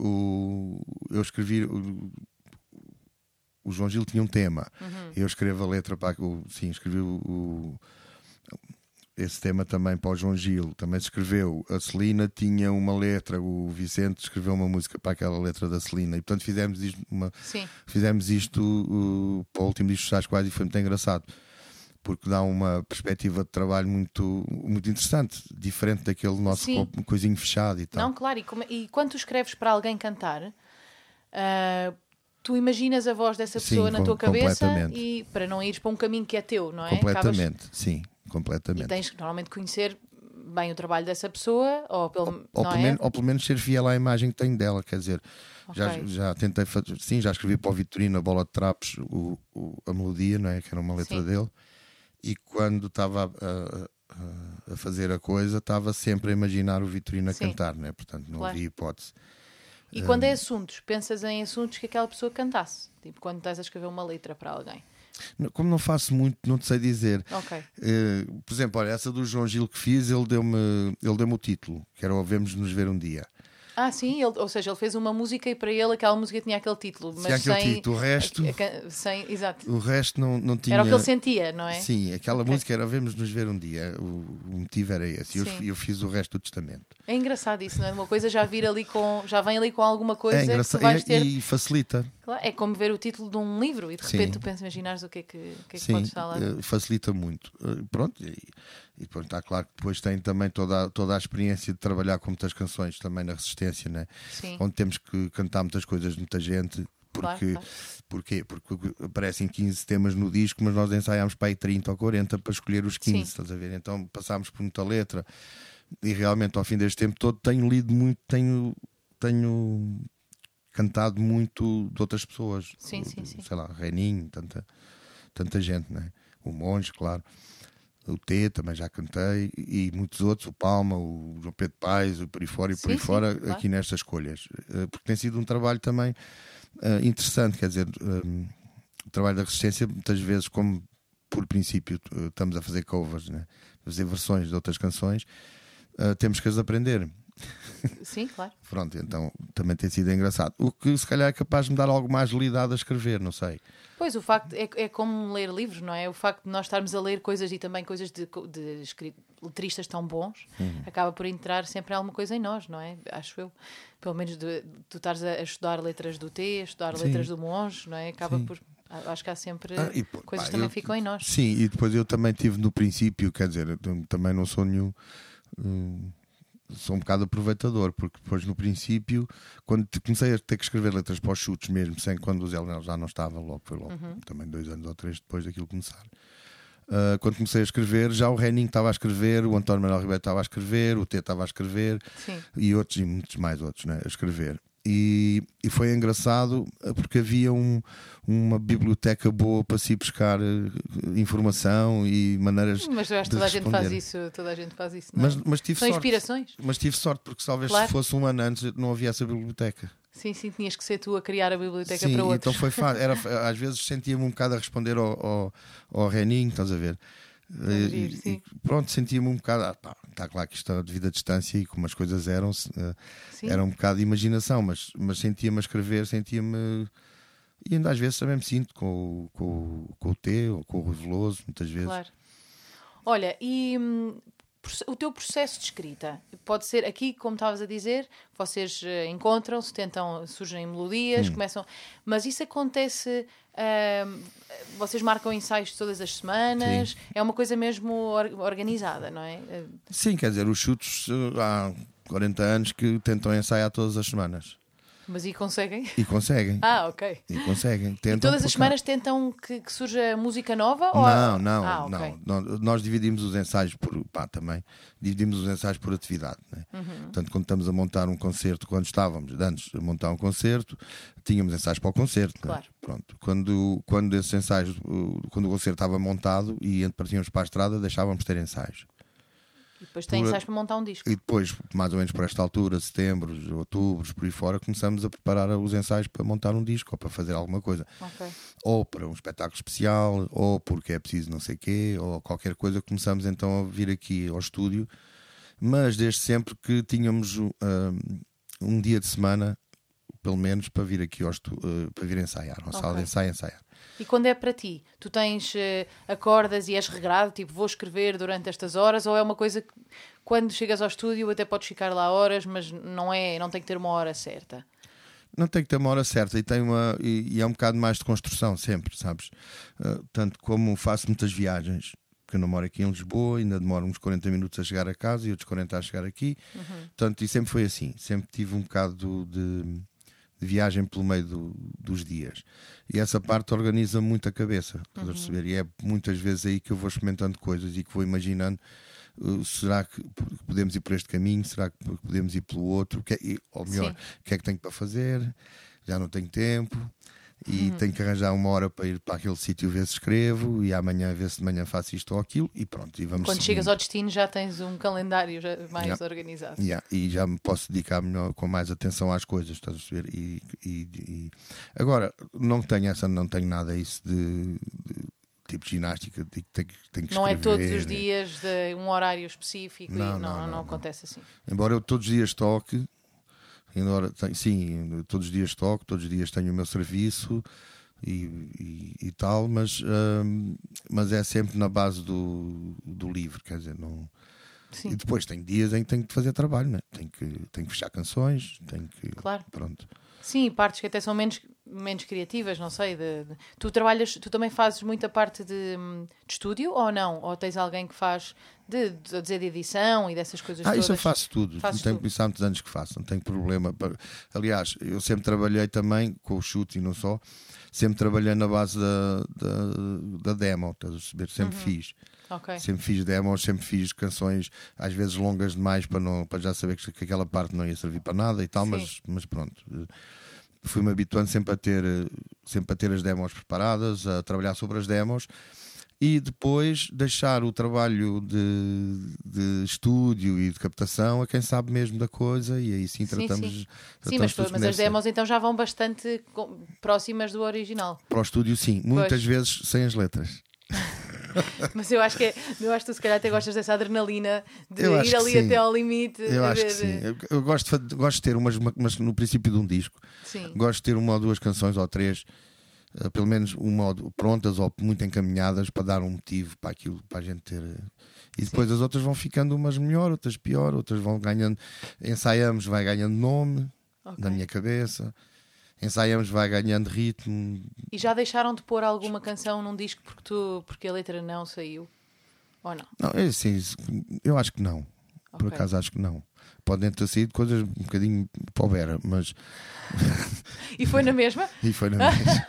Eu escrevi... O João Gil tinha um tema. Eu escrevo a letra para... escrevi esse tema também para o João Gil. Também se escreveu. A Celina tinha uma letra. O Vicente escreveu uma música para aquela letra da Celina. E portanto fizemos isto para o último disco dos Tais Quais, e foi muito engraçado, porque dá uma perspectiva de trabalho muito, muito interessante, diferente daquele nosso coisinho fechado e tal. Não, claro, e quando tu escreves para alguém cantar, tu imaginas a voz dessa pessoa na tua cabeça, e para não ires para um caminho que é teu, não é? Completamente, sim, completamente. E tens que normalmente conhecer bem o trabalho dessa pessoa, ou pelo menos ser fiel à imagem que tenho dela, quer dizer, já tentei fazer, já escrevi para o Vitorino a Bola de Trapos, a melodia, não é? Que era uma letra dele. E quando estava a fazer a coisa, estava sempre a imaginar o Vitorino a cantar, né? Portanto não havia hipótese. E quando é assuntos, pensas em assuntos que aquela pessoa cantasse? Tipo, quando estás a escrever uma letra para alguém? Como não faço muito, não te sei dizer. Por exemplo, olha, essa do João Gil que fiz, ele deu-me o título, que era Vemos-nos ver um dia. Sim, ou seja, ele fez uma música e para ele aquela música tinha aquele título, mas título. O resto, exato. O resto não tinha. Era o que ele sentia, não é? Sim, aquela música era Vemos-nos ver um dia. O motivo era esse. Eu fiz o resto do testamento. É engraçado isso, não é? Uma coisa já vem ali com alguma coisa que tu vais ter. E facilita. Claro, é como ver o título de um livro e de repente tu pensas, imaginares o que é que pode estar lá. Facilita muito. Pronto. E pronto, está claro que depois tem também toda a experiência de trabalhar com muitas canções também na Resistência, né? Onde temos que cantar muitas coisas de muita gente. Porquê? Porque aparecem 15 temas no disco, mas nós ensaiámos para aí 30 ou 40 para escolher os 15, estás a ver? Então passámos por muita letra, e realmente ao fim deste tempo todo tenho lido muito, tenho cantado muito de outras pessoas. Sim. Sei lá, Reninho, tanta gente, né? O Monge, claro. O T também já cantei, e muitos outros, o Palma, o João Pedro Paes, o por aí fora, claro. Aqui nestas escolhas, porque tem sido um trabalho também interessante, quer dizer, o trabalho da Resistência, muitas vezes, como por princípio estamos a fazer covers, né? Fazer versões de outras canções, temos que as aprender. Sim, claro. Pronto, então também tem sido engraçado. O que se calhar é capaz de me dar algo mais agilidade a escrever, não sei. Pois, o facto é como ler livros, não é? O facto de nós estarmos a ler coisas, e também coisas de letristas tão bons, acaba por entrar sempre alguma coisa em nós, não é? Acho eu. Pelo menos tu estares a estudar letras do T, a estudar letras do Monge, não é? Acaba por... Acho que há sempre coisas que também ficam em nós. Sim, e depois eu também tive no princípio, quer dizer, eu também não sou nenhum... sou um bocado aproveitador, porque depois no princípio, quando comecei a ter que escrever letras para os chutes mesmo, sem quando o Zé Leonel já não estava, foi logo também 2 anos ou 3 depois daquilo começar. Quando comecei a escrever, já o Reninho estava a escrever, o António Manuel Ribeiro estava a escrever, o T estava a escrever, e outros, e muitos mais outros, né, a escrever. E foi engraçado porque havia uma biblioteca boa para se ir buscar informação e maneiras. Mas eu acho que toda a gente faz isso. Toda a gente faz isso, não é? Mas tive São sorte. Inspirações. Mas tive sorte porque talvez se fosse um ano antes não havia essa biblioteca. Sim, tinhas que ser tu a criar a biblioteca Sim, para outros. então foi fácil. Às vezes sentia-me um bocado a responder ao Reninho, estás a ver? E pronto, sentia-me um bocado. Está claro que isto é devido à distância e como as coisas eram, era um bocado de imaginação, mas sentia-me a escrever, sentia-me. E ainda às vezes também me sinto com o T ou com o Rui Veloso, muitas vezes. Claro. Olha, e o teu processo de escrita pode ser aqui, como estavas a dizer, vocês encontram-se, surgem melodias, começam. Mas isso acontece. Vocês marcam ensaios todas as semanas? Sim. É uma coisa mesmo organizada, não é? Sim, quer dizer, os chutes há 40 anos que tentam ensaiar todas as semanas. Mas e conseguem? E conseguem. Ok. E conseguem. E todas as semanas tentam que surja música nova? Não. Okay. Nós dividimos os ensaios também. Dividimos os ensaios por atividade. Né? Portanto, quando estamos a montar um concerto, quando estávamos antes a montar um concerto, tínhamos ensaios para o concerto. Claro. Né? Pronto. Quando esses ensaios, quando o concerto estava montado e partíamos para a estrada, deixávamos de ter ensaios. E depois tem ensaios para montar um disco. E depois, mais ou menos por esta altura, setembro, outubro, por aí fora, começamos a preparar os ensaios para montar um disco ou para fazer alguma coisa. Okay. Ou para um espetáculo especial, ou porque é preciso não sei o quê, ou qualquer coisa. Começamos então a vir aqui ao estúdio, mas desde sempre que tínhamos um dia de semana, pelo menos, para vir aqui para vir ensaiar, uma sala de ensaio ensaiar. E quando é para ti? Tu tens acordas e és regrado, tipo, vou escrever durante estas horas, ou é uma coisa que quando chegas ao estúdio até podes ficar lá horas, mas não tem que ter uma hora certa? Não tem que ter uma hora certa e é um bocado mais de construção sempre, sabes? Tanto como faço muitas viagens, porque eu não moro aqui em Lisboa, ainda demoro uns 40 minutos a chegar a casa e outros 40 a chegar aqui. Portanto, e sempre foi assim, sempre tive um bocado de viagem pelo meio dos dias. E essa parte organiza muito a cabeça, estás a perceber? E é muitas vezes aí que eu vou experimentando coisas e que vou imaginando, será que podemos ir por este caminho? Será que podemos ir pelo outro? Ou melhor, o que é que tenho para fazer? Já não tenho tempo. E tenho que arranjar uma hora para ir para aquele sítio ver se escrevo e amanhã ver se de manhã faço isto ou aquilo e pronto. E vamos quando chegas ao destino já tens um calendário mais organizado. E já me posso dedicar melhor, com mais atenção às coisas, estás a perceber? Agora, não tenho nada isso de tipo de ginástica, tenho que escrever. Não é todos os dias de um horário específico não acontece assim. Embora eu todos os dias toque, sim, todos os dias toco, todos os dias tenho o meu serviço e tal, mas é sempre na base do livro, quer dizer, não. Sim. E depois tem dias em que tenho que fazer trabalho, né? Tenho que fechar canções, claro. Pronto. Sim, partes que até são menos criativas, não sei. Tu também fazes muita parte de estúdio ou não? Ou tens alguém que faz de edição e dessas coisas todas? Isso eu faço tudo. Isso há muitos anos que faço, não tenho problema. Aliás, eu sempre trabalhei também com o chute e não só. Sempre trabalhei na base da demo, estás a perceber? Sempre fiz. Okay. Sempre fiz demos, sempre fiz canções às vezes longas demais para já saber que aquela parte não ia servir para nada e tal, mas pronto. Fui-me habituando sempre a ter as demos preparadas, a trabalhar sobre as demos e depois deixar o trabalho de estúdio e de captação a quem sabe mesmo da coisa e aí sim tratamos. Sim, mas as demos então já vão bastante próximas do original. Para o estúdio sim, muitas vezes sem as letras. Mas eu acho que tu se calhar até gostas dessa adrenalina de ir ali até ao limite. Eu acho que sim. Eu gosto de ter mas no princípio de um disco. Sim. Gosto de ter uma ou duas canções ou três, pelo menos uma prontas ou muito encaminhadas para dar um motivo para aquilo, para a gente ter. E depois as outras vão ficando umas melhor, outras pior, outras vão ganhando. Ensaiamos, vai ganhando nome na minha cabeça. Ensaiamos, vai ganhando ritmo. E já deixaram de pôr alguma canção num disco porque a letra não saiu? Ou não? Não, assim, eu acho que não. Por acaso acho que não. Podem ter sido coisas um bocadinho pobera, mas... E foi na mesma? E foi na mesma.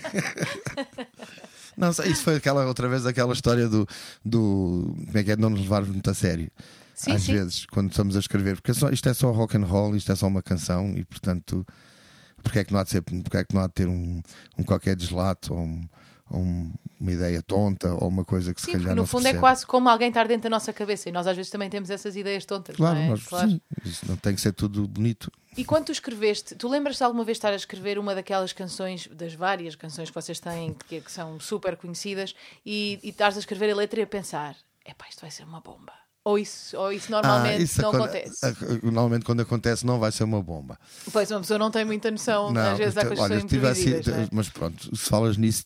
Não, isso foi outra vez aquela história do como é que é, de não nos levar muito a sério. Sim, Às sim. vezes, quando estamos a escrever, porque isto é só rock and roll, isto é só uma canção e, portanto, porque é que não há de ter um qualquer deslato ou uma ideia tonta ou uma coisa que se Sim, calhar porque no não se fundo é percebe. quase como alguém estar dentro da nossa cabeça e nós às vezes também temos essas ideias tontas, Claro, não é? sim, isso não tem que ser tudo bonito. E quando tu escreveste, tu lembras-te de alguma vez estar a escrever uma daquelas canções, das várias canções que vocês têm, que são super conhecidas, e estás a escrever a letra e a pensar, epá, isto vai ser uma bomba. Ou isso normalmente isso não acontece. Normalmente quando acontece não vai ser uma bomba. Pois uma pessoa não tem muita noção, Não, às vezes há coisas que são se tivesse imprevisíveis, não é? mas pronto, se falas nisso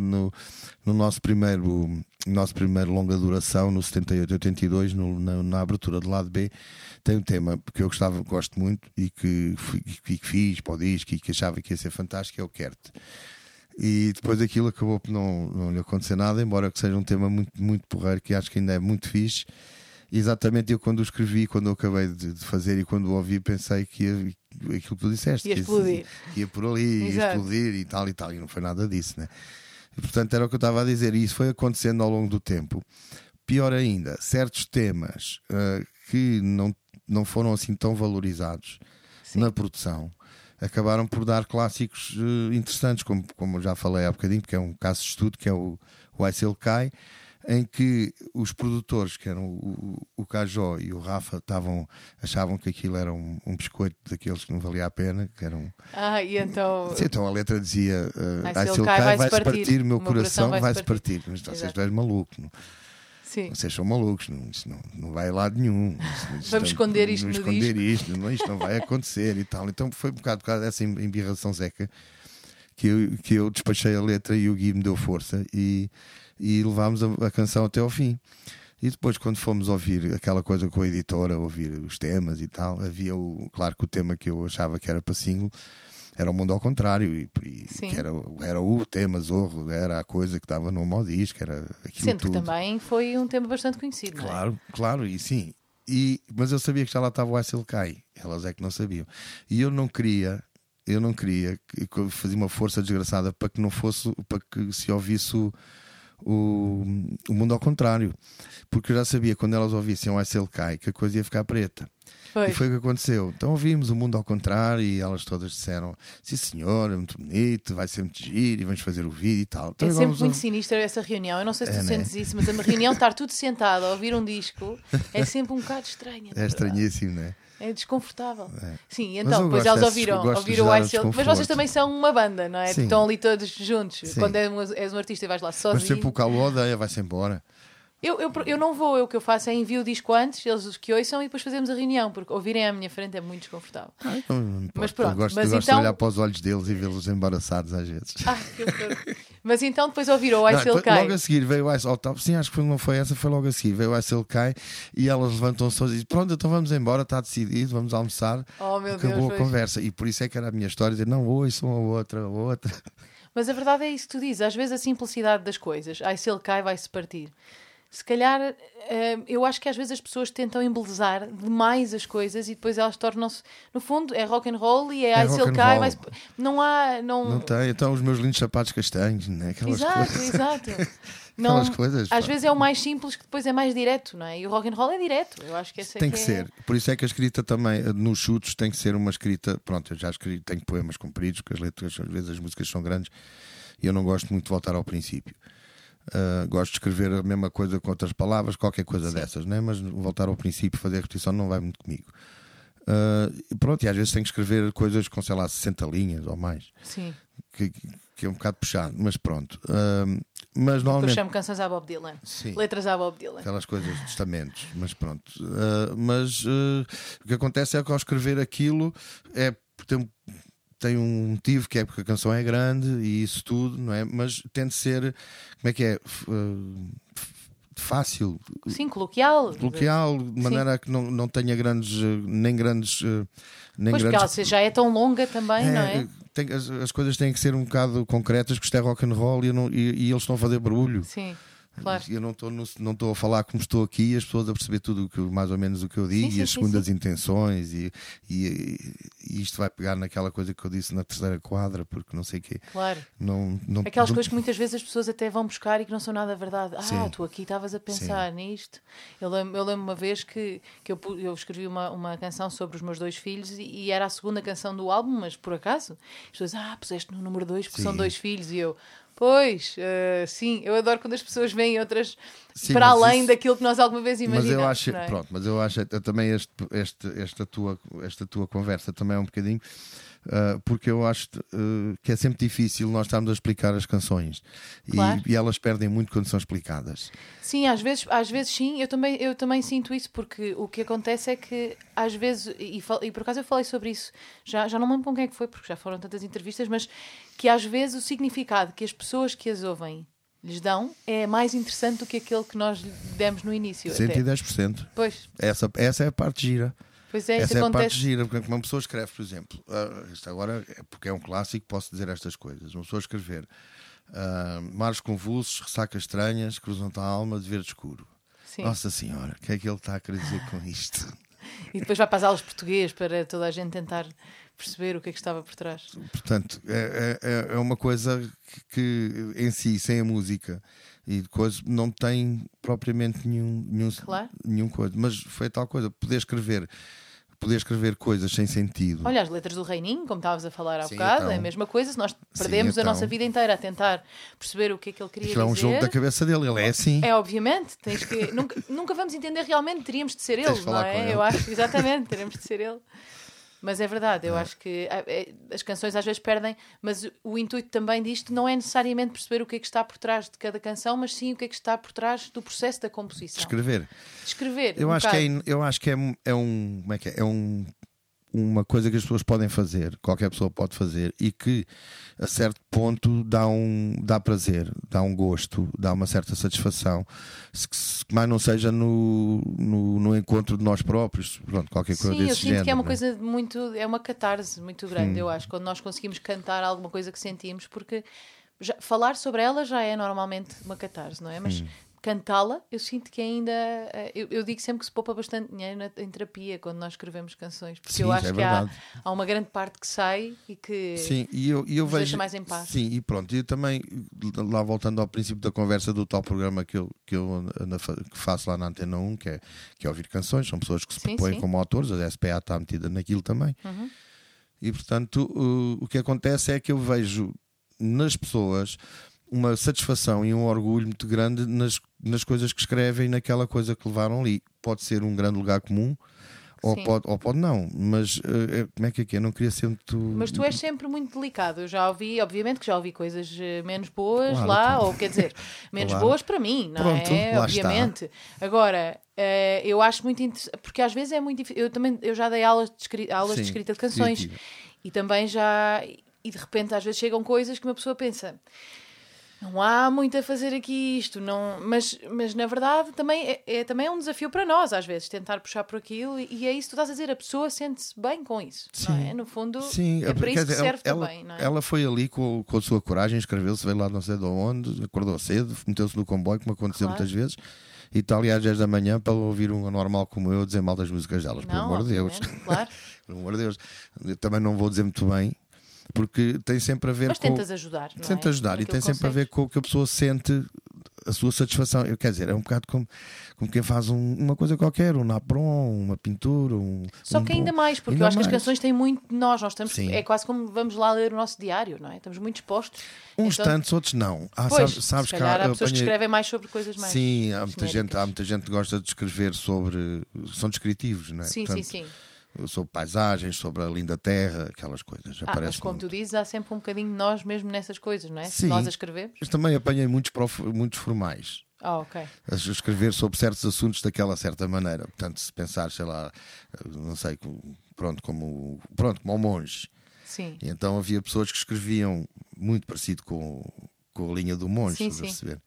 no nosso primeiro longa duração, no 78-82, na abertura do lado B, tem um tema que eu gosto muito e que fiz para o disco e que achava que ia ser fantástico, que é o Quero-te. E depois aquilo acabou por não lhe acontecer nada, embora que seja um tema muito, muito porreiro, que acho que ainda é muito fixe. E exatamente eu quando o escrevi, quando eu acabei de fazer e quando o ouvi, pensei que aquilo que tu disseste, Ia explodir. que ia por ali, ia Exato. explodir e tal, e não foi nada disso, né? E, portanto era o que eu estava a dizer, e isso foi acontecendo ao longo do tempo. Pior ainda, certos temas que não foram assim tão valorizados na produção acabaram por dar clássicos interessantes, como eu já falei há bocadinho, porque é um caso de estudo, que é o I Still Kai, em que os produtores, que eram o Cajó e o Rafa, achavam que aquilo era um biscoito daqueles que não valia a pena, que eram... E então... Sim, então a letra dizia I Still Kai vai-se partir, o meu coração vai-se partir. partir. Mas vocês Exato. estão malucos, não? Sim. Vocês são malucos, isso não vai a lado nenhum. Vamos esconder isto no esconder disco. isto não vai acontecer e tal. Então foi um bocado dessa embirração zeca que eu despachei a letra e o Gui me deu força e levámos a canção até ao fim. E depois, quando fomos ouvir aquela coisa com a editora, ouvir os temas e tal, havia claro que o tema que eu achava que era para single era o Mundo ao Contrário, e que era o tema Zorro, era a coisa que estava no mau disco, era aquilo Sendo tudo. que também foi um tema bastante conhecido, não é? Claro, e sim. Mas eu sabia que já lá estava o I Still Kai, elas é que não sabiam. E eu não queria que fazia uma força desgraçada para que se ouvisse o Mundo ao Contrário, porque eu já sabia quando elas ouvissem o I Still Kai que a coisa ia ficar preta. Pois. E foi o que aconteceu. Então ouvimos o Mundo ao Contrário e elas todas disseram: sim senhor, é muito bonito, vai ser muito giro e vamos fazer o vídeo e tal. Então, É sempre muito sinistra essa reunião. Eu não sei se tu sentes isso, mas a reunião estar tudo sentado a ouvir um disco é sempre um bocado estranha. É estranhíssimo, não é? É desconfortável. É. Sim, Mas então, eu depois gosto elas desses- ouviram gosto de o gerar I Still. Mas desconforto. vocês também são uma banda, não é? Sim. Estão ali todos juntos. Sim. Quando és um artista e vais lá Mas sozinho. sempre o Calo odeia, vai-se embora. Eu não vou, o que eu faço é envio o disco antes, eles os que ouçam e depois fazemos a reunião, porque ouvirem à minha frente é muito desconfortável. Então, não importa. Mas pronto, eu gosto, mas eu gosto então- de olhar para os olhos deles e vê-los embaraçados às vezes. Que horror. Mas então depois ouviram o I Não, Still depois, Kai. logo a seguir veio o I Still Kai. Sim, acho que não foi essa, foi logo a seguir. Veio o I Still Kai e elas levantam-se e dizem: pronto, então vamos embora, está decidido, vamos almoçar. Oh, meu Acabou Deus, a pois. conversa. E por isso é que era a minha história: dizer, não, ouçam a outra. Mas a verdade é isso que tu dizes. Às vezes a simplicidade das coisas. I Still Kai vai-se partir. Se calhar, eu acho que às vezes as pessoas tentam embelezar demais as coisas e depois elas tornam-se... No fundo, é rock and roll e É I Still rock and Kai. roll. Vai-se... Não há... Não tem. Então, os meus lindos sapatos castanhos, né? Aquelas coisas. Exato. Aquelas coisas, Às pá. vezes é o mais simples que depois é mais direto, não é? E o rock and roll é direto. Eu acho que essa Tem é que ser. Por isso é que a escrita também, nos chutes, tem que ser uma escrita. Pronto, eu já escrevi, tenho poemas compridos, porque as letras, às vezes, as músicas são grandes e eu não gosto muito de voltar ao princípio. Gosto de escrever a mesma coisa com outras palavras, qualquer coisa dessas, né? Mas voltar ao princípio, fazer a repetição não vai muito comigo. Pronto, e às vezes tenho que escrever coisas com, sei lá, 60 linhas ou mais, Sim. que é um bocado puxado, mas pronto. Mas Eu normalmente. chamo canções à Bob Dylan. Sim. Letras à Bob Dylan. Aquelas coisas de testamentos, mas pronto. O que acontece é que ao escrever aquilo tem um motivo, que é porque a canção é grande e isso tudo, não é? Mas tem de ser, como é que é? Fácil, Sim, coloquial. de maneira que não tenha nem grandes. Pois porque ela já é tão longa também, não é? As coisas têm que ser um bocado concretas, porque isto é rock and roll e eles estão a fazer barulho. Sim. Claro. Eu não estou a falar como estou aqui, as pessoas a perceber tudo mais ou menos o que eu digo, e as segundas intenções, e isto vai pegar naquela coisa que eu disse na terceira quadra, porque não sei o quê. Claro. Não, Aquelas coisas que muitas vezes as pessoas até vão buscar e que não são nada verdade. Sim. Tu aqui estavas a pensar nisto. Eu lembro uma vez que eu escrevi uma canção sobre os meus 2 filhos e era a segunda canção do álbum, mas por acaso as pessoas, puseste no número 2 porque são 2 filhos, e eu... Pois, sim, eu adoro quando as pessoas veem outras para além daquilo que nós alguma vez imaginamos. Mas eu acho também esta tua conversa também é um bocadinho, porque eu acho que é sempre difícil nós estarmos a explicar as canções, claro. e elas perdem muito quando são explicadas. Sim, às vezes sim, eu também sinto isso, porque o que acontece é que às vezes, e por acaso eu falei sobre isso, já não me lembro com quem é que foi, porque já foram tantas entrevistas, mas que às vezes o significado que as pessoas que as ouvem lhes dão é mais interessante do que aquele que nós lhe demos no início. 110%. Pois. Essa é a parte gira. Pois é, essa isso é acontece. A parte gira, porque uma pessoa escreve, por exemplo, isto agora porque é um clássico, posso dizer estas coisas. Uma pessoa escrever mares convulsos, ressacas estranhas, cruzam-te a alma de verde escuro. Sim. Nossa Senhora, o que é que ele está a querer dizer com isto? E depois vai para as aulas de português para toda a gente tentar perceber o que é que estava por trás. Portanto, é uma coisa que em si, sem a música e coisa, não tem propriamente nenhum coisa. Mas foi tal coisa, poder escrever coisas sem sentido. Olha, as letras do Reininho, como estavas a falar há Sim, bocado, então. é a mesma coisa. Se nós perdemos a nossa vida inteira a tentar perceber o que é que ele queria dizer... É um jogo da cabeça dele, ele é assim. É, obviamente, nunca vamos entender realmente, teríamos de ser ele, não é? Eu acho, exatamente, teríamos de ser ele. Mas é verdade, eu acho que as canções às vezes perdem, mas o intuito também disto não é necessariamente perceber o que é que está por trás de cada canção, mas sim o que é que está por trás do processo da composição. Escrever. Eu acho que é uma coisa que as pessoas podem fazer, qualquer pessoa pode fazer, e que a certo ponto dá prazer, dá um gosto, dá uma certa satisfação, se mais não seja no encontro de nós próprios, pronto, qualquer coisa desse género. Sim, eu sinto que é uma coisa é uma catarse muito grande, eu acho, quando nós conseguimos cantar alguma coisa que sentimos, porque falar sobre ela já é normalmente uma catarse, não é? Mas cantá-la, eu sinto que ainda... Eu digo sempre que se poupa bastante dinheiro em terapia quando nós escrevemos canções, porque eu acho que há uma grande parte que sai e que eu nos vejo, deixa mais em paz. Sim, e pronto, e também, lá voltando ao princípio da conversa do tal programa que faço lá na Antena 1, que é ouvir canções, são pessoas que se propõem como autores, a SPA está metida naquilo também, e portanto o que acontece é que eu vejo nas pessoas uma satisfação e um orgulho muito grande nas coisas que escrevem, naquela coisa que levaram ali. Pode ser um grande lugar comum, ou pode não, mas como é que é? Eu não queria ser muito... Mas tu és sempre muito delicado. Eu já ouvi, obviamente que já ouvi coisas menos boas ou quer dizer, menos boas para mim, não é? Obviamente. Está. Agora, eu acho muito interessante, porque às vezes é muito difícil. Eu já dei aulas de escrita de canções e também e de repente às vezes chegam coisas que uma pessoa pensa... Não há muito a fazer aqui isto, não, mas na verdade também é um desafio para nós, às vezes, tentar puxar por aquilo, e é isso que tu estás a dizer, a pessoa sente-se bem com isso, não é? No fundo, é para isso que serve também, não é? Ela foi ali com a sua coragem, escreveu-se, veio lá não sei de onde, acordou cedo, meteu-se no comboio, como aconteceu muitas vezes, e está ali às 10 da manhã para ouvir um anormal como eu dizer mal das músicas delas, pelo amor de Deus. Claro. Pelo amor de Deus. Eu também não vou dizer muito bem, porque tem sempre a ver Mas tentas ajudar, não é? Tenta ajudar, e tem sempre a ver com o que a pessoa sente, a sua satisfação. Quer dizer, é um bocado como quem faz uma coisa qualquer, um napron, uma pintura. Só que ainda mais, porque eu acho que as canções têm muito de nós estamos, é quase como vamos lá ler o nosso diário, não é? Estamos muito expostos. Uns tantos, outros não. Sabes se calhar há pessoas que escrevem mais sobre coisas mais... Sim, há muita gente que gosta de escrever sobre... São descritivos, não é? Sim, portanto, sim. Sobre paisagens, sobre a linda terra, aquelas coisas. Mas como tu dizes, há sempre um bocadinho de nós mesmo nessas coisas, não é? Sim, se nós a escrevemos. Mas também apanhei muitos formais. Ok. A escrever sobre certos assuntos daquela certa maneira. Portanto, se pensar, sei lá, não sei, como ao monge. Sim. E então havia pessoas que escreviam muito parecido com a linha do monge, sim, estás a perceber?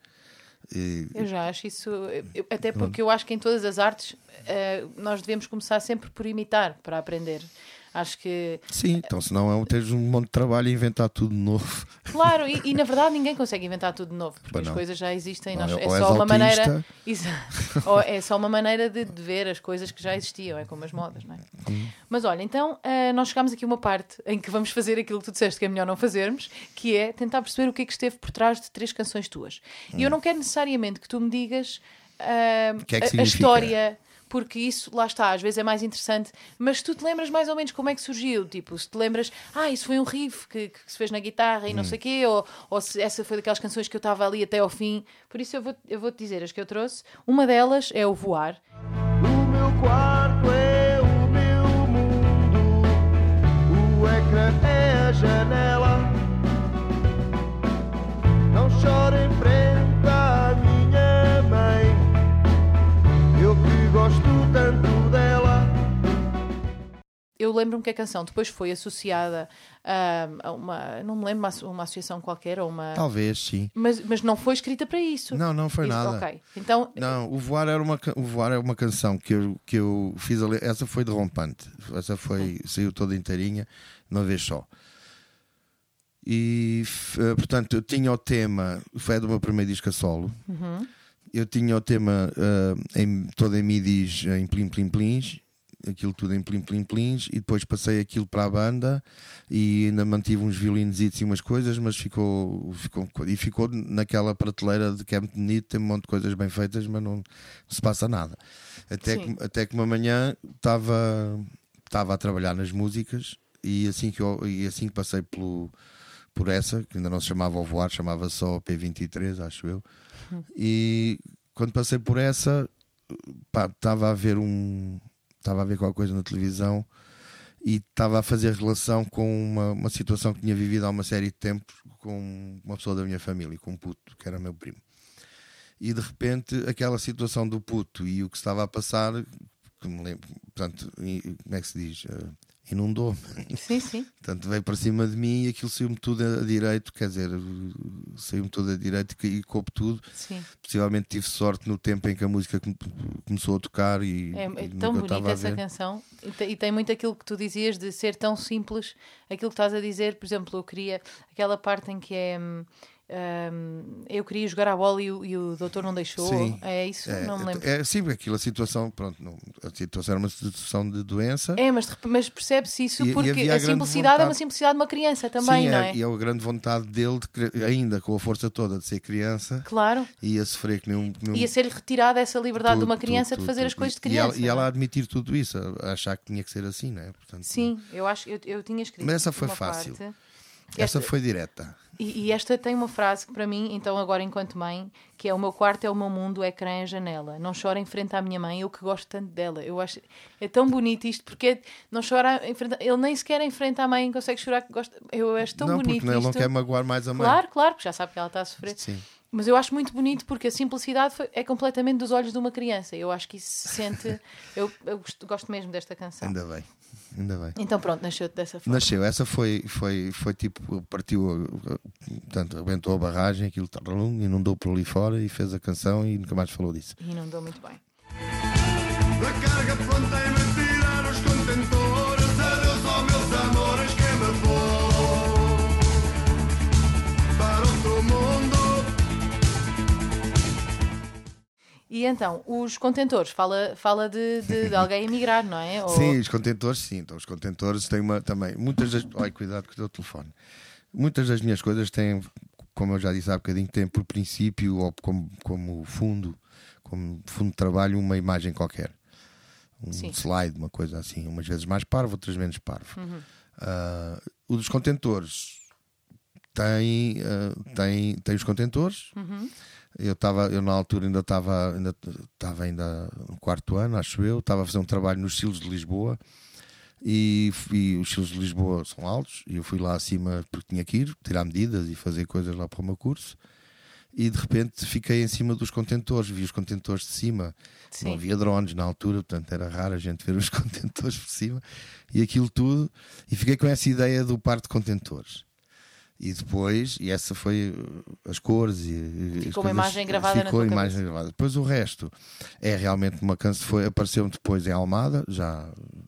Eu já acho isso, até porque eu acho que em todas as artes nós devemos começar sempre por imitar para aprender. Acho que... Sim, então senão é teres um monte de trabalho a inventar tudo de novo. Claro, e na verdade ninguém consegue inventar tudo de novo, porque Bah, as não. coisas já existem. Ou É és só uma maneira... autista. Ou é só uma maneira de ver as coisas que já existiam, é como as modas, não é? Mas olha, então nós chegámos aqui a uma parte em que vamos fazer aquilo que tu disseste que é melhor não fazermos, que é tentar perceber o que é que esteve por trás de 3 canções tuas. E eu não quero necessariamente que tu me digas que é que a significa? história, porque isso, lá está, às vezes é mais interessante, mas se tu te lembras mais ou menos como é que surgiu, tipo, se te lembras, isso foi um riff que se fez na guitarra e não sei o quê, ou se essa foi daquelas canções que eu estava ali até ao fim, por isso eu vou-te dizer as que eu trouxe. Uma delas é o Voar. O meu quarto é o meu mundo, o ecrã é a janela. Não choro em frente à minha mãe, eu que gosto tanto dela. Eu lembro-me que a canção depois foi associada a uma, não me lembro, uma associação qualquer, ou uma... Talvez, sim. Mas não foi escrita para isso. Não foi Isso, nada. ok. Então, Não, o Voar é uma canção que eu fiz ali. Essa foi derrompante. Essa saiu toda inteirinha, de uma vez só. E portanto, eu tinha o tema, foi do meu primeiro disco a solo. Eu tinha o tema todo em midis, em plim plim plins, aquilo tudo em plim plim plins, e depois passei aquilo para a banda e ainda mantive uns violinos e umas coisas, mas ficou naquela prateleira de que é muito bonito, tem um monte de coisas bem feitas, mas não se passa nada. Até que uma manhã estava a trabalhar nas músicas e assim que passei por essa, que ainda não se chamava O Voar, chamava só P23, acho eu. E quando passei por essa, estava a ver qualquer coisa na televisão e estava a fazer relação com uma situação que tinha vivido há uma série de tempo com uma pessoa da minha família, com um puto, que era meu primo. E de repente aquela situação do puto e o que estava a passar, que me lembro, portanto, como é que se diz? Inundou-me. sim. Portanto, veio para cima de mim e aquilo saiu-me tudo a direito, quer dizer, saiu-me tudo a direito e coube tudo. Sim. Possivelmente tive sorte no tempo em que a música começou a tocar e É tão bonita essa canção e tem muito aquilo que tu dizias de ser tão simples, aquilo que estás a dizer. Por exemplo, eu queria aquela parte em que é eu queria jogar a bola e o doutor não deixou. Sim. É isso? Não me lembro. Sim, aquilo, a situação, pronto, a situação era uma situação de doença. Mas percebe-se isso E porque havia a a grande simplicidade é vontade. uma simplicidade de uma criança também, Sim, não é? E a grande vontade dele, ainda com a força toda de ser criança, Claro. ia sofrer que nem um Ia ser retirada essa liberdade de uma criança de fazer tudo. as coisas de E criança. ela não é? a admitir tudo isso, a achar que tinha que ser assim, não é? Portanto, Sim, eu tinha escrito. Mas essa foi uma fácil. parte. essa foi direta. E esta tem uma frase que para mim, então agora enquanto mãe, que é: o meu quarto é o meu mundo, o ecrã é a janela. Não chora em frente à minha mãe, eu que gosto tanto dela. Eu acho é tão bonito isto, porque não chora em frente, ele nem sequer em frente à mãe consegue chorar, que gosta. Eu acho tão bonito porque ele não isto. quer magoar mais a mãe. Claro, porque já sabe que ela está a sofrer. Sim. Mas eu acho muito bonito porque a simplicidade é completamente dos olhos de uma criança. Eu acho que isso se sente. Eu gosto mesmo desta canção. Ainda bem. Então pronto, nasceu-te dessa forma. Nasceu, essa foi tipo, partiu, portanto, rebentou a barragem, aquilo inundou por ali fora e fez a canção e nunca mais falou disso. E inundou muito bem. Da carga pronta em me tirar os contentores, adeus aos meus amores que me vou para outro mundo. E então, os contentores, fala de alguém emigrar, não é? Sim, os contentores, sim. Então, os contentores têm também, muitas das... Ai, cuidado com o teu telefone. Muitas das minhas coisas têm, como eu já disse há bocadinho, têm por princípio ou como fundo de trabalho, uma imagem qualquer. Sim. Slide, uma coisa assim, umas vezes mais parvo, outras menos parvo. O dos contentores tem os contentores. Eu na altura ainda estava no quarto ano, acho eu. Estava a fazer um trabalho nos Silos de Lisboa e os Silos de Lisboa são altos e eu fui lá acima porque tinha que ir tirar medidas e fazer coisas lá para o meu curso. E de repente fiquei em cima dos contentores, vi os contentores de cima. Sim. Não havia drones na altura, portanto era raro a gente ver os contentores por cima e aquilo tudo, e fiquei com essa ideia do par de contentores. E depois, e essa foi as cores e ficou uma imagem gravada na tua cabeça. Depois o resto é realmente uma canção, apareceu-me depois em Almada, já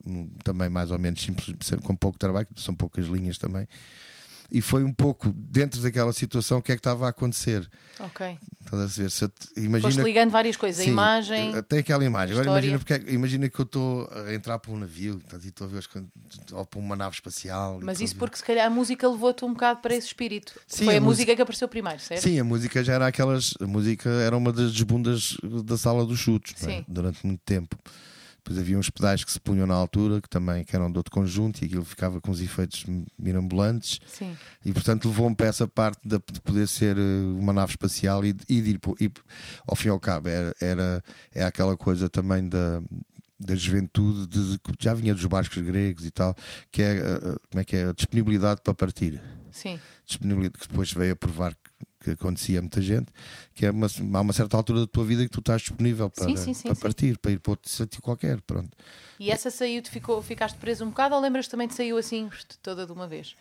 também mais ou menos simples, com pouco trabalho, são poucas linhas também. E foi um pouco dentro daquela situação o que é que estava a acontecer. Ok. Estás a ver? Foste ligando várias coisas, Sim, a imagem. até aquela imagem. Agora história. imagina que eu estou a entrar para um navio, e estou a ver ou para uma nave espacial. Mas e isso estou a ver- porque se calhar a música levou-te um bocado para esse espírito. Sim, Foi a a música que apareceu primeiro, certo? Sim, a música já era aquelas. A música era uma das bundas da sala dos chutos, não é? Sim. Durante muito tempo. Depois havia uns pedais que se punham na altura, que eram de outro conjunto, e aquilo ficava com os efeitos mirambulantes. Sim. E portanto levou-me para essa parte de poder ser uma nave espacial e de ir ao fim e ao cabo é aquela coisa também da juventude, que já vinha dos barcos gregos e tal, que é como é que é a disponibilidade para partir. Sim. Disponibilidade que depois veio a provar que acontecia a muita gente, que há uma certa altura da tua vida que tu estás disponível para, para partir, para ir para outro sítio qualquer, pronto. E essa saiu-te, ficaste preso um bocado, ou lembras também de saiu assim toda de uma vez?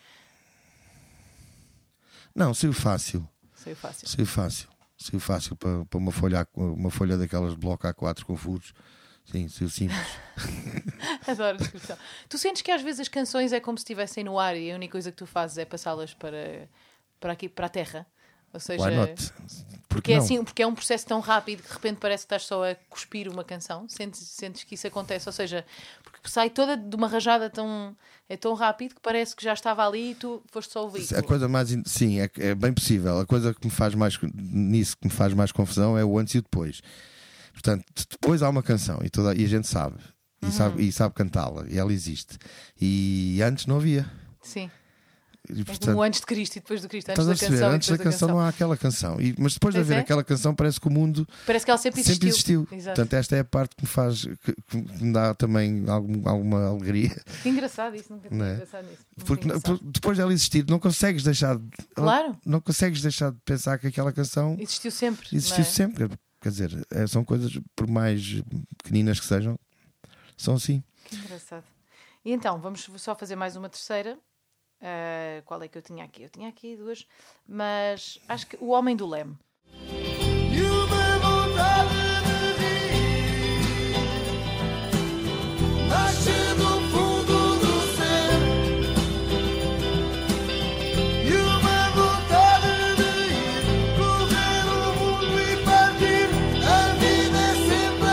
Não, saiu fácil. Saiu fácil. Saiu fácil para uma folha daquelas de bloco A4 com furos. Sim, saiu simples. Adoro a descrição. Tu sentes que às vezes as canções é como se estivessem no ar e a única coisa que tu fazes é passá-las para aqui, para a terra? Ou seja, Why not? porque é assim, porque é um processo tão rápido que de repente parece que estás só a cuspir uma canção. Sentes que isso acontece? Ou seja, porque sai toda de uma rajada é tão rápido que parece que já estava ali e tu foste só ouvir. A coisa mais sim, é bem possível. A coisa que me faz mais nisso que me faz mais confusão é o antes e o depois. Portanto, depois há uma canção e a gente sabe. E sabe cantá-la, e ela existe. E antes não havia. Sim. E, É portanto, como antes de Cristo e depois do Cristo. Antes estás a da perceber, canção, antes da canção não há aquela canção. Mas depois de Pois haver é. aquela canção, parece que o mundo Parece que ela sempre existiu. Exato. Portanto, esta é a parte que me faz, que me dá também alguma alegria. Que engraçado isso, nunca Não tinha é? pensado nisso. Muito Porque engraçado. depois dela existir, não consegues deixar Claro. não consegues deixar de pensar que aquela canção Existiu sempre. existiu não é? sempre. Quer dizer, são coisas, por mais pequeninas que sejam, são assim. Que engraçado. E então, vamos só fazer mais uma terceira. Qual é que eu tinha aqui? Eu tinha aqui duas, mas acho que O Homem do Leme. E uma vontade de rir nasce do fundo do ser. E uma vontade de ir correr o mundo e partir. A vida é sempre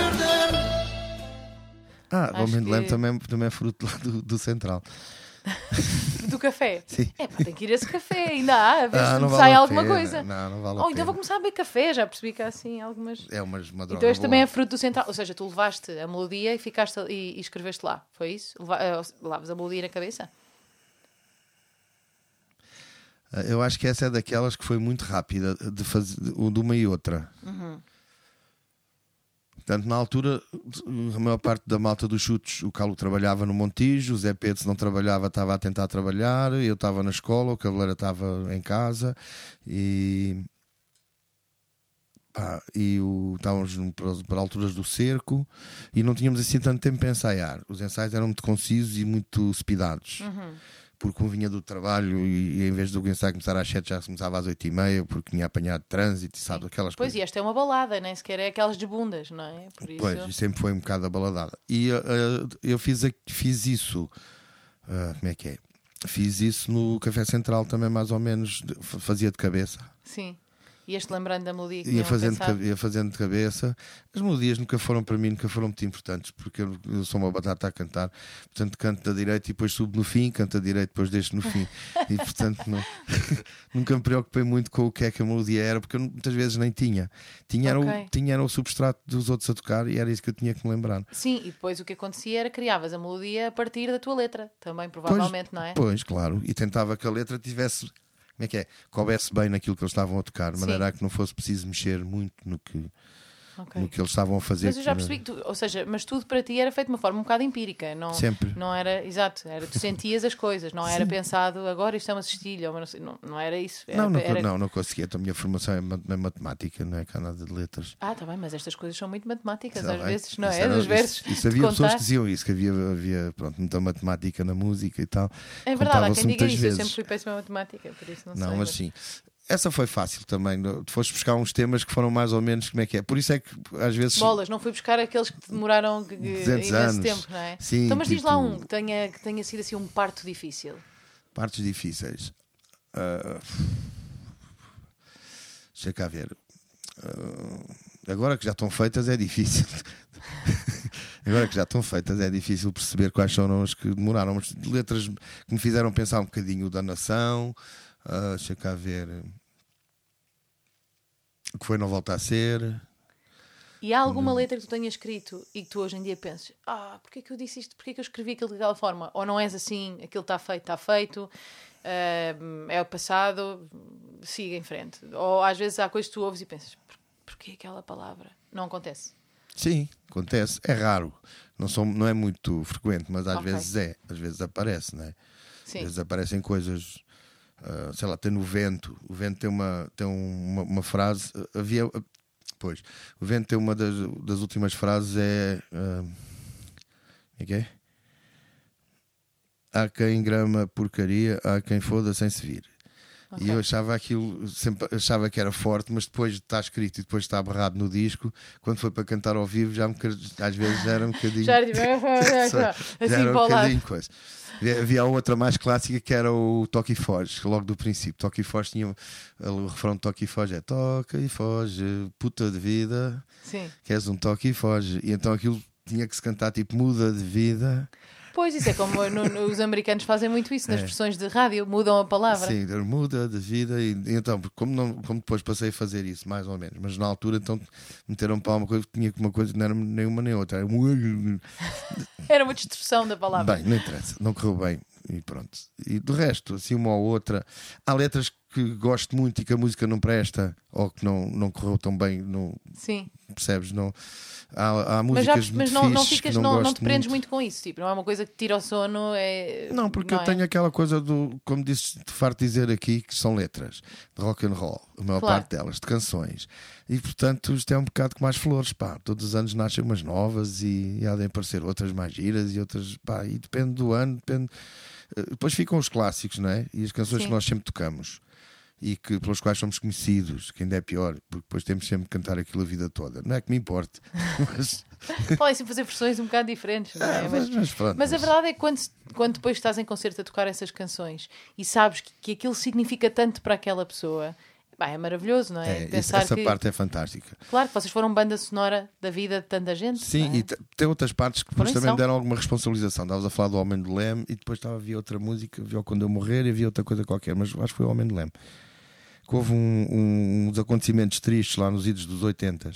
a perder. O Homem de Leme que- também é fruto lá do Central. Do café. Sim. Tem que ir a esse café, ainda há, a ver se Não me vale sai a alguma pena. coisa. Não vale a Então pena. vou começar a beber café, já percebi que há assim algumas. É uma droga Então este boa. também é fruto do central, ou seja, tu levaste a melodia e ficaste e escreveste lá, foi isso? Lavas a melodia na cabeça? Eu acho que essa é daquelas que foi muito rápida de fazer de uma e outra. Portanto, na altura, a maior parte da malta dos chutes, o Calo trabalhava no Montijo, o Zé Pedro, se não trabalhava, estava a tentar trabalhar, eu estava na escola, o Cabeleira estava em casa e estávamos para alturas do cerco e não tínhamos assim tanto tempo para ensaiar. Os ensaios eram muito concisos e muito speedados. Porque um vinha do trabalho e em vez do ensaio começar às 7 já começava às 8h30 porque tinha apanhado trânsito e sabe, aquelas Pois, coisas. e esta é uma balada, nem sequer é aquelas de bundas, não é? Por isso... Pois, e sempre foi um bocado abaladada. E eu fiz isso. Como é que é? Fiz isso no Café Central também, mais ou menos. Fazia de cabeça. Sim. E este lembrando da melodia que Ia tinham pensado. fazendo de cabeça. As melodias nunca foram para mim, nunca foram muito importantes, porque eu sou uma batata a cantar. Portanto, canto da direita e depois subo no fim, canto da direita e depois deixo no fim. E portanto, nunca me preocupei muito com o que é que a melodia era, porque eu muitas vezes nem tinha. Tinha o substrato dos outros a tocar e era isso que eu tinha que me lembrar. Sim, e depois o que acontecia era criavas a melodia a partir da tua letra, também, provavelmente, não é? Pois, claro. E tentava que a letra tivesse. Como é que é? Coubesse bem naquilo que eles estavam a tocar, de maneira a que não fosse preciso mexer muito no que eles estavam a fazer. Mas eu já percebi que ou seja, mas tudo para ti era feito de uma forma um bocado empírica, não, Sempre. não era, exato, tu sentias as coisas, não era pensado agora isto é uma cestilha, ou não era isso. Não conseguia. A minha formação é matemática, não é cá nada de letras. Tá bem, mas estas coisas são muito matemáticas Tá às bem. vezes, não Isso é? era- Dos versos. Isso de havia pessoas contar. que diziam isso, que havia muita matemática na música e tal. É verdade, há Contava-se quem diga muitas isso, eu vezes. sempre fui péssima em matemática, por isso não sei. Não, mas sim. essa foi fácil também. Tu foste buscar uns temas que foram mais ou menos como é que é. Por isso é que às vezes. Bolas, não fui buscar aqueles que demoraram 200 imenso anos. tempo, não é? Sim, Então, mas diz lá tipo- um que tenha sido assim um parto difícil. Partes difíceis. Deixa cá ver. Agora que já estão feitas é difícil. Agora que já estão feitas é difícil perceber quais foram as que demoraram. Mas letras que me fizeram pensar um bocadinho da nação. Deixa cá ver. O que foi não volta a ser. E há alguma letra que tu tenhas escrito e que tu hoje em dia penses: porquê é que eu disse isto? Porquê é que eu escrevi aquilo daquela forma? Ou não és assim, aquilo está feito, é o passado, siga em frente. Ou às vezes há coisas que tu ouves e pensas: porquê aquela palavra? Não acontece. Sim, acontece. É raro. Não é muito frequente, mas às Ok. vezes é. Às vezes aparece, não é? Sim. Às vezes aparecem coisas, sei lá, tem no Vento. O Vento tem uma frase. Pois, o Vento tem uma das últimas frases como é que é? Há quem grama porcaria, há quem foda sem se vir. Ok. E eu achava aquilo, sempre achava que era forte, mas depois de estar escrito e depois de estar barrado no disco, quando foi para cantar ao vivo, às vezes já era um bocadinho. Já era tipo, Já assim era um para o lado. bocadinho coisa. Havia outra mais clássica que era o Toque e Foge, logo do princípio. Toque e Foge tinha o refrão de Toque e Foge é Toca e Foge, puta de vida, Sim. queres um toque e foge. E então aquilo tinha que se cantar tipo muda de vida. Pois, isso é como os americanos fazem muito isso nas versões de rádio, mudam a palavra. Sim, muda de vida. E então, como depois passei a fazer isso, mais ou menos, mas na altura então meteram para uma coisa que tinha uma coisa, não era nenhuma nem outra. Era uma destruição da palavra. Bem, não interessa, não correu bem e pronto. E do resto, assim, uma ou outra, há letras que gosto muito e que a música não presta ou que não correu tão bem, não, Sim. percebes? Não, há Mas, já, músicas mas muito não fixes ficas, que não gosto te prendes muito. muito com isso, tipo, não é uma coisa que te tira o sono. Não, porque eu é? tenho aquela coisa do, como disse, de farto dizer aqui, que são letras de rock and roll, a maior Claro. parte delas, de canções. E portanto, isto é um bocado com mais flores, pá. Todos os anos nascem umas novas e há de aparecer outras mais giras e outras, pá, e depende do ano, depende. Depois ficam os clássicos, não é? E as canções Sim. que nós sempre tocamos e que, pelos quais somos conhecidos, que ainda é pior, porque depois temos sempre que cantar aquilo a vida toda. Não é que me importe, mas, Podem sempre fazer versões um bocado diferentes, não é? mas pronto. Mas a verdade é que quando depois estás em concerto a tocar essas canções e sabes que aquilo significa tanto para aquela pessoa, é maravilhoso, não é? Essa parte é fantástica. Claro que vocês foram banda sonora da vida de tanta gente. Sim, não é? e tem outras partes que depois Foram e também são. me deram alguma responsabilização. Estavas a falar do Homem do Leme e depois havia outra música, havia o Quando Eu Morrer e havia outra coisa qualquer, mas acho que foi o Homem do Leme. Que houve uns acontecimentos tristes lá nos idos dos 80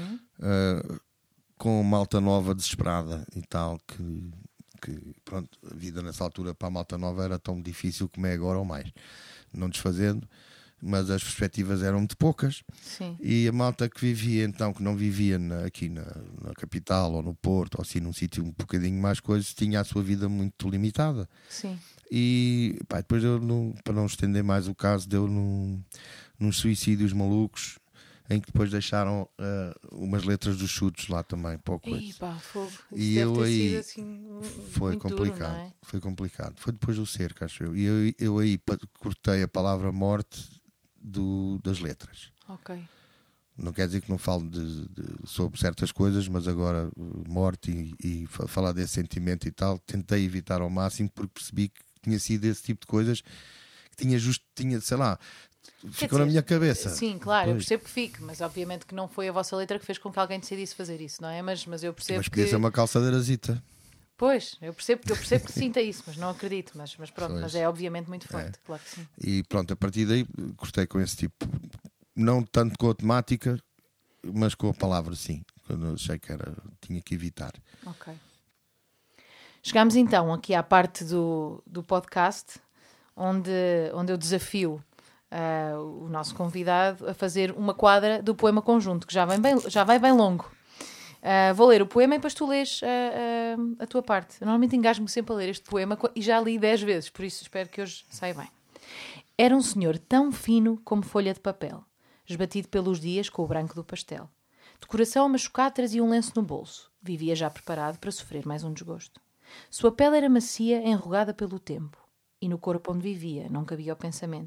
com malta nova desesperada e tal, que pronto, a vida nessa altura para a malta nova era tão difícil como é agora ou mais. Não desfazendo, mas as perspectivas eram muito poucas. Sim. E a malta que vivia então, que não vivia aqui na capital ou no Porto, ou assim num sítio um bocadinho mais coisas, tinha a sua vida muito limitada. Sim. E pá, depois deu, para não estender mais o caso, deu nos suicídios malucos, em que depois deixaram umas letras dos Chutos lá também, para o coisa. Ih, pá, fogo. Isso E deve eu ter aí sido, assim, Foi muito complicado, duro, não é? foi complicado. Foi depois do cerco, acho eu. E eu aí cortei a palavra morte das letras. Ok. Não quer dizer que não falo sobre certas coisas, mas agora morte e falar desse sentimento e tal, tentei evitar ao máximo porque percebi que tinha sido esse tipo de coisas que tinha, sei lá, ficou na dizer, minha cabeça. Sim, claro, eu Pois. percebo que fique, mas obviamente que não foi a vossa letra que fez com que alguém decidisse fazer isso, não é? Mas eu percebo Mas podia que... ser uma calçadeirazita. Pois, eu percebo que sinta isso, mas não acredito, mas pronto, Pois. mas é obviamente muito forte, claro que sim. E pronto, a partir daí cortei com esse tipo, não tanto com a temática, mas com a palavra, sim. Quando eu achei que tinha que evitar. Ok. Chegámos então aqui à parte do podcast onde eu desafio o nosso convidado a fazer uma quadra do poema conjunto, que já vai bem longo. Vou ler o poema e depois tu lês a tua parte. Eu normalmente engasgo-me sempre a ler este poema e já li 10 vezes, por isso espero que hoje saia bem. Era um senhor tão fino como folha de papel, esbatido pelos dias com o branco do pastel. De coração machucado trazia um lenço no bolso. Vivia já preparado para sofrer mais um desgosto. Sua pele era macia, enrugada pelo tempo. E no corpo onde vivia não cabia o pensamento.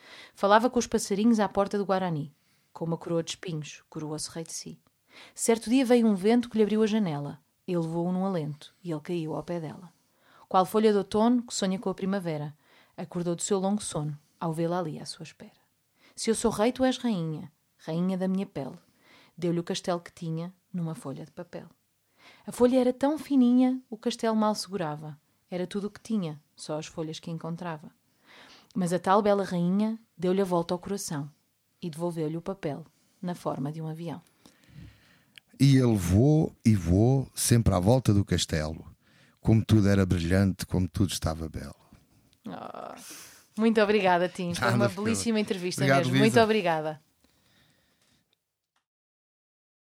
Falava com os passarinhos à porta do Guarani. Com uma coroa de espinhos, coroou-se rei de si. Certo dia veio um vento que lhe abriu a janela. Ele levou-o num alento e ele caiu ao pé dela. Qual folha de outono que sonha com a primavera, acordou do seu longo sono ao vê-la ali à sua espera. Se eu sou rei, tu és rainha, rainha da minha pele. Deu-lhe o castelo que tinha numa folha de papel. A folha era tão fininha, o castelo mal segurava. Era tudo o que tinha, só as folhas que encontrava. Mas a tal bela rainha deu-lhe a volta ao coração e devolveu-lhe o papel na forma de um avião. E ele voou e voou sempre à volta do castelo, como tudo era brilhante, como tudo estava belo. Muito obrigada, Tim. Foi uma belíssima entrevista mesmo. Muito obrigada.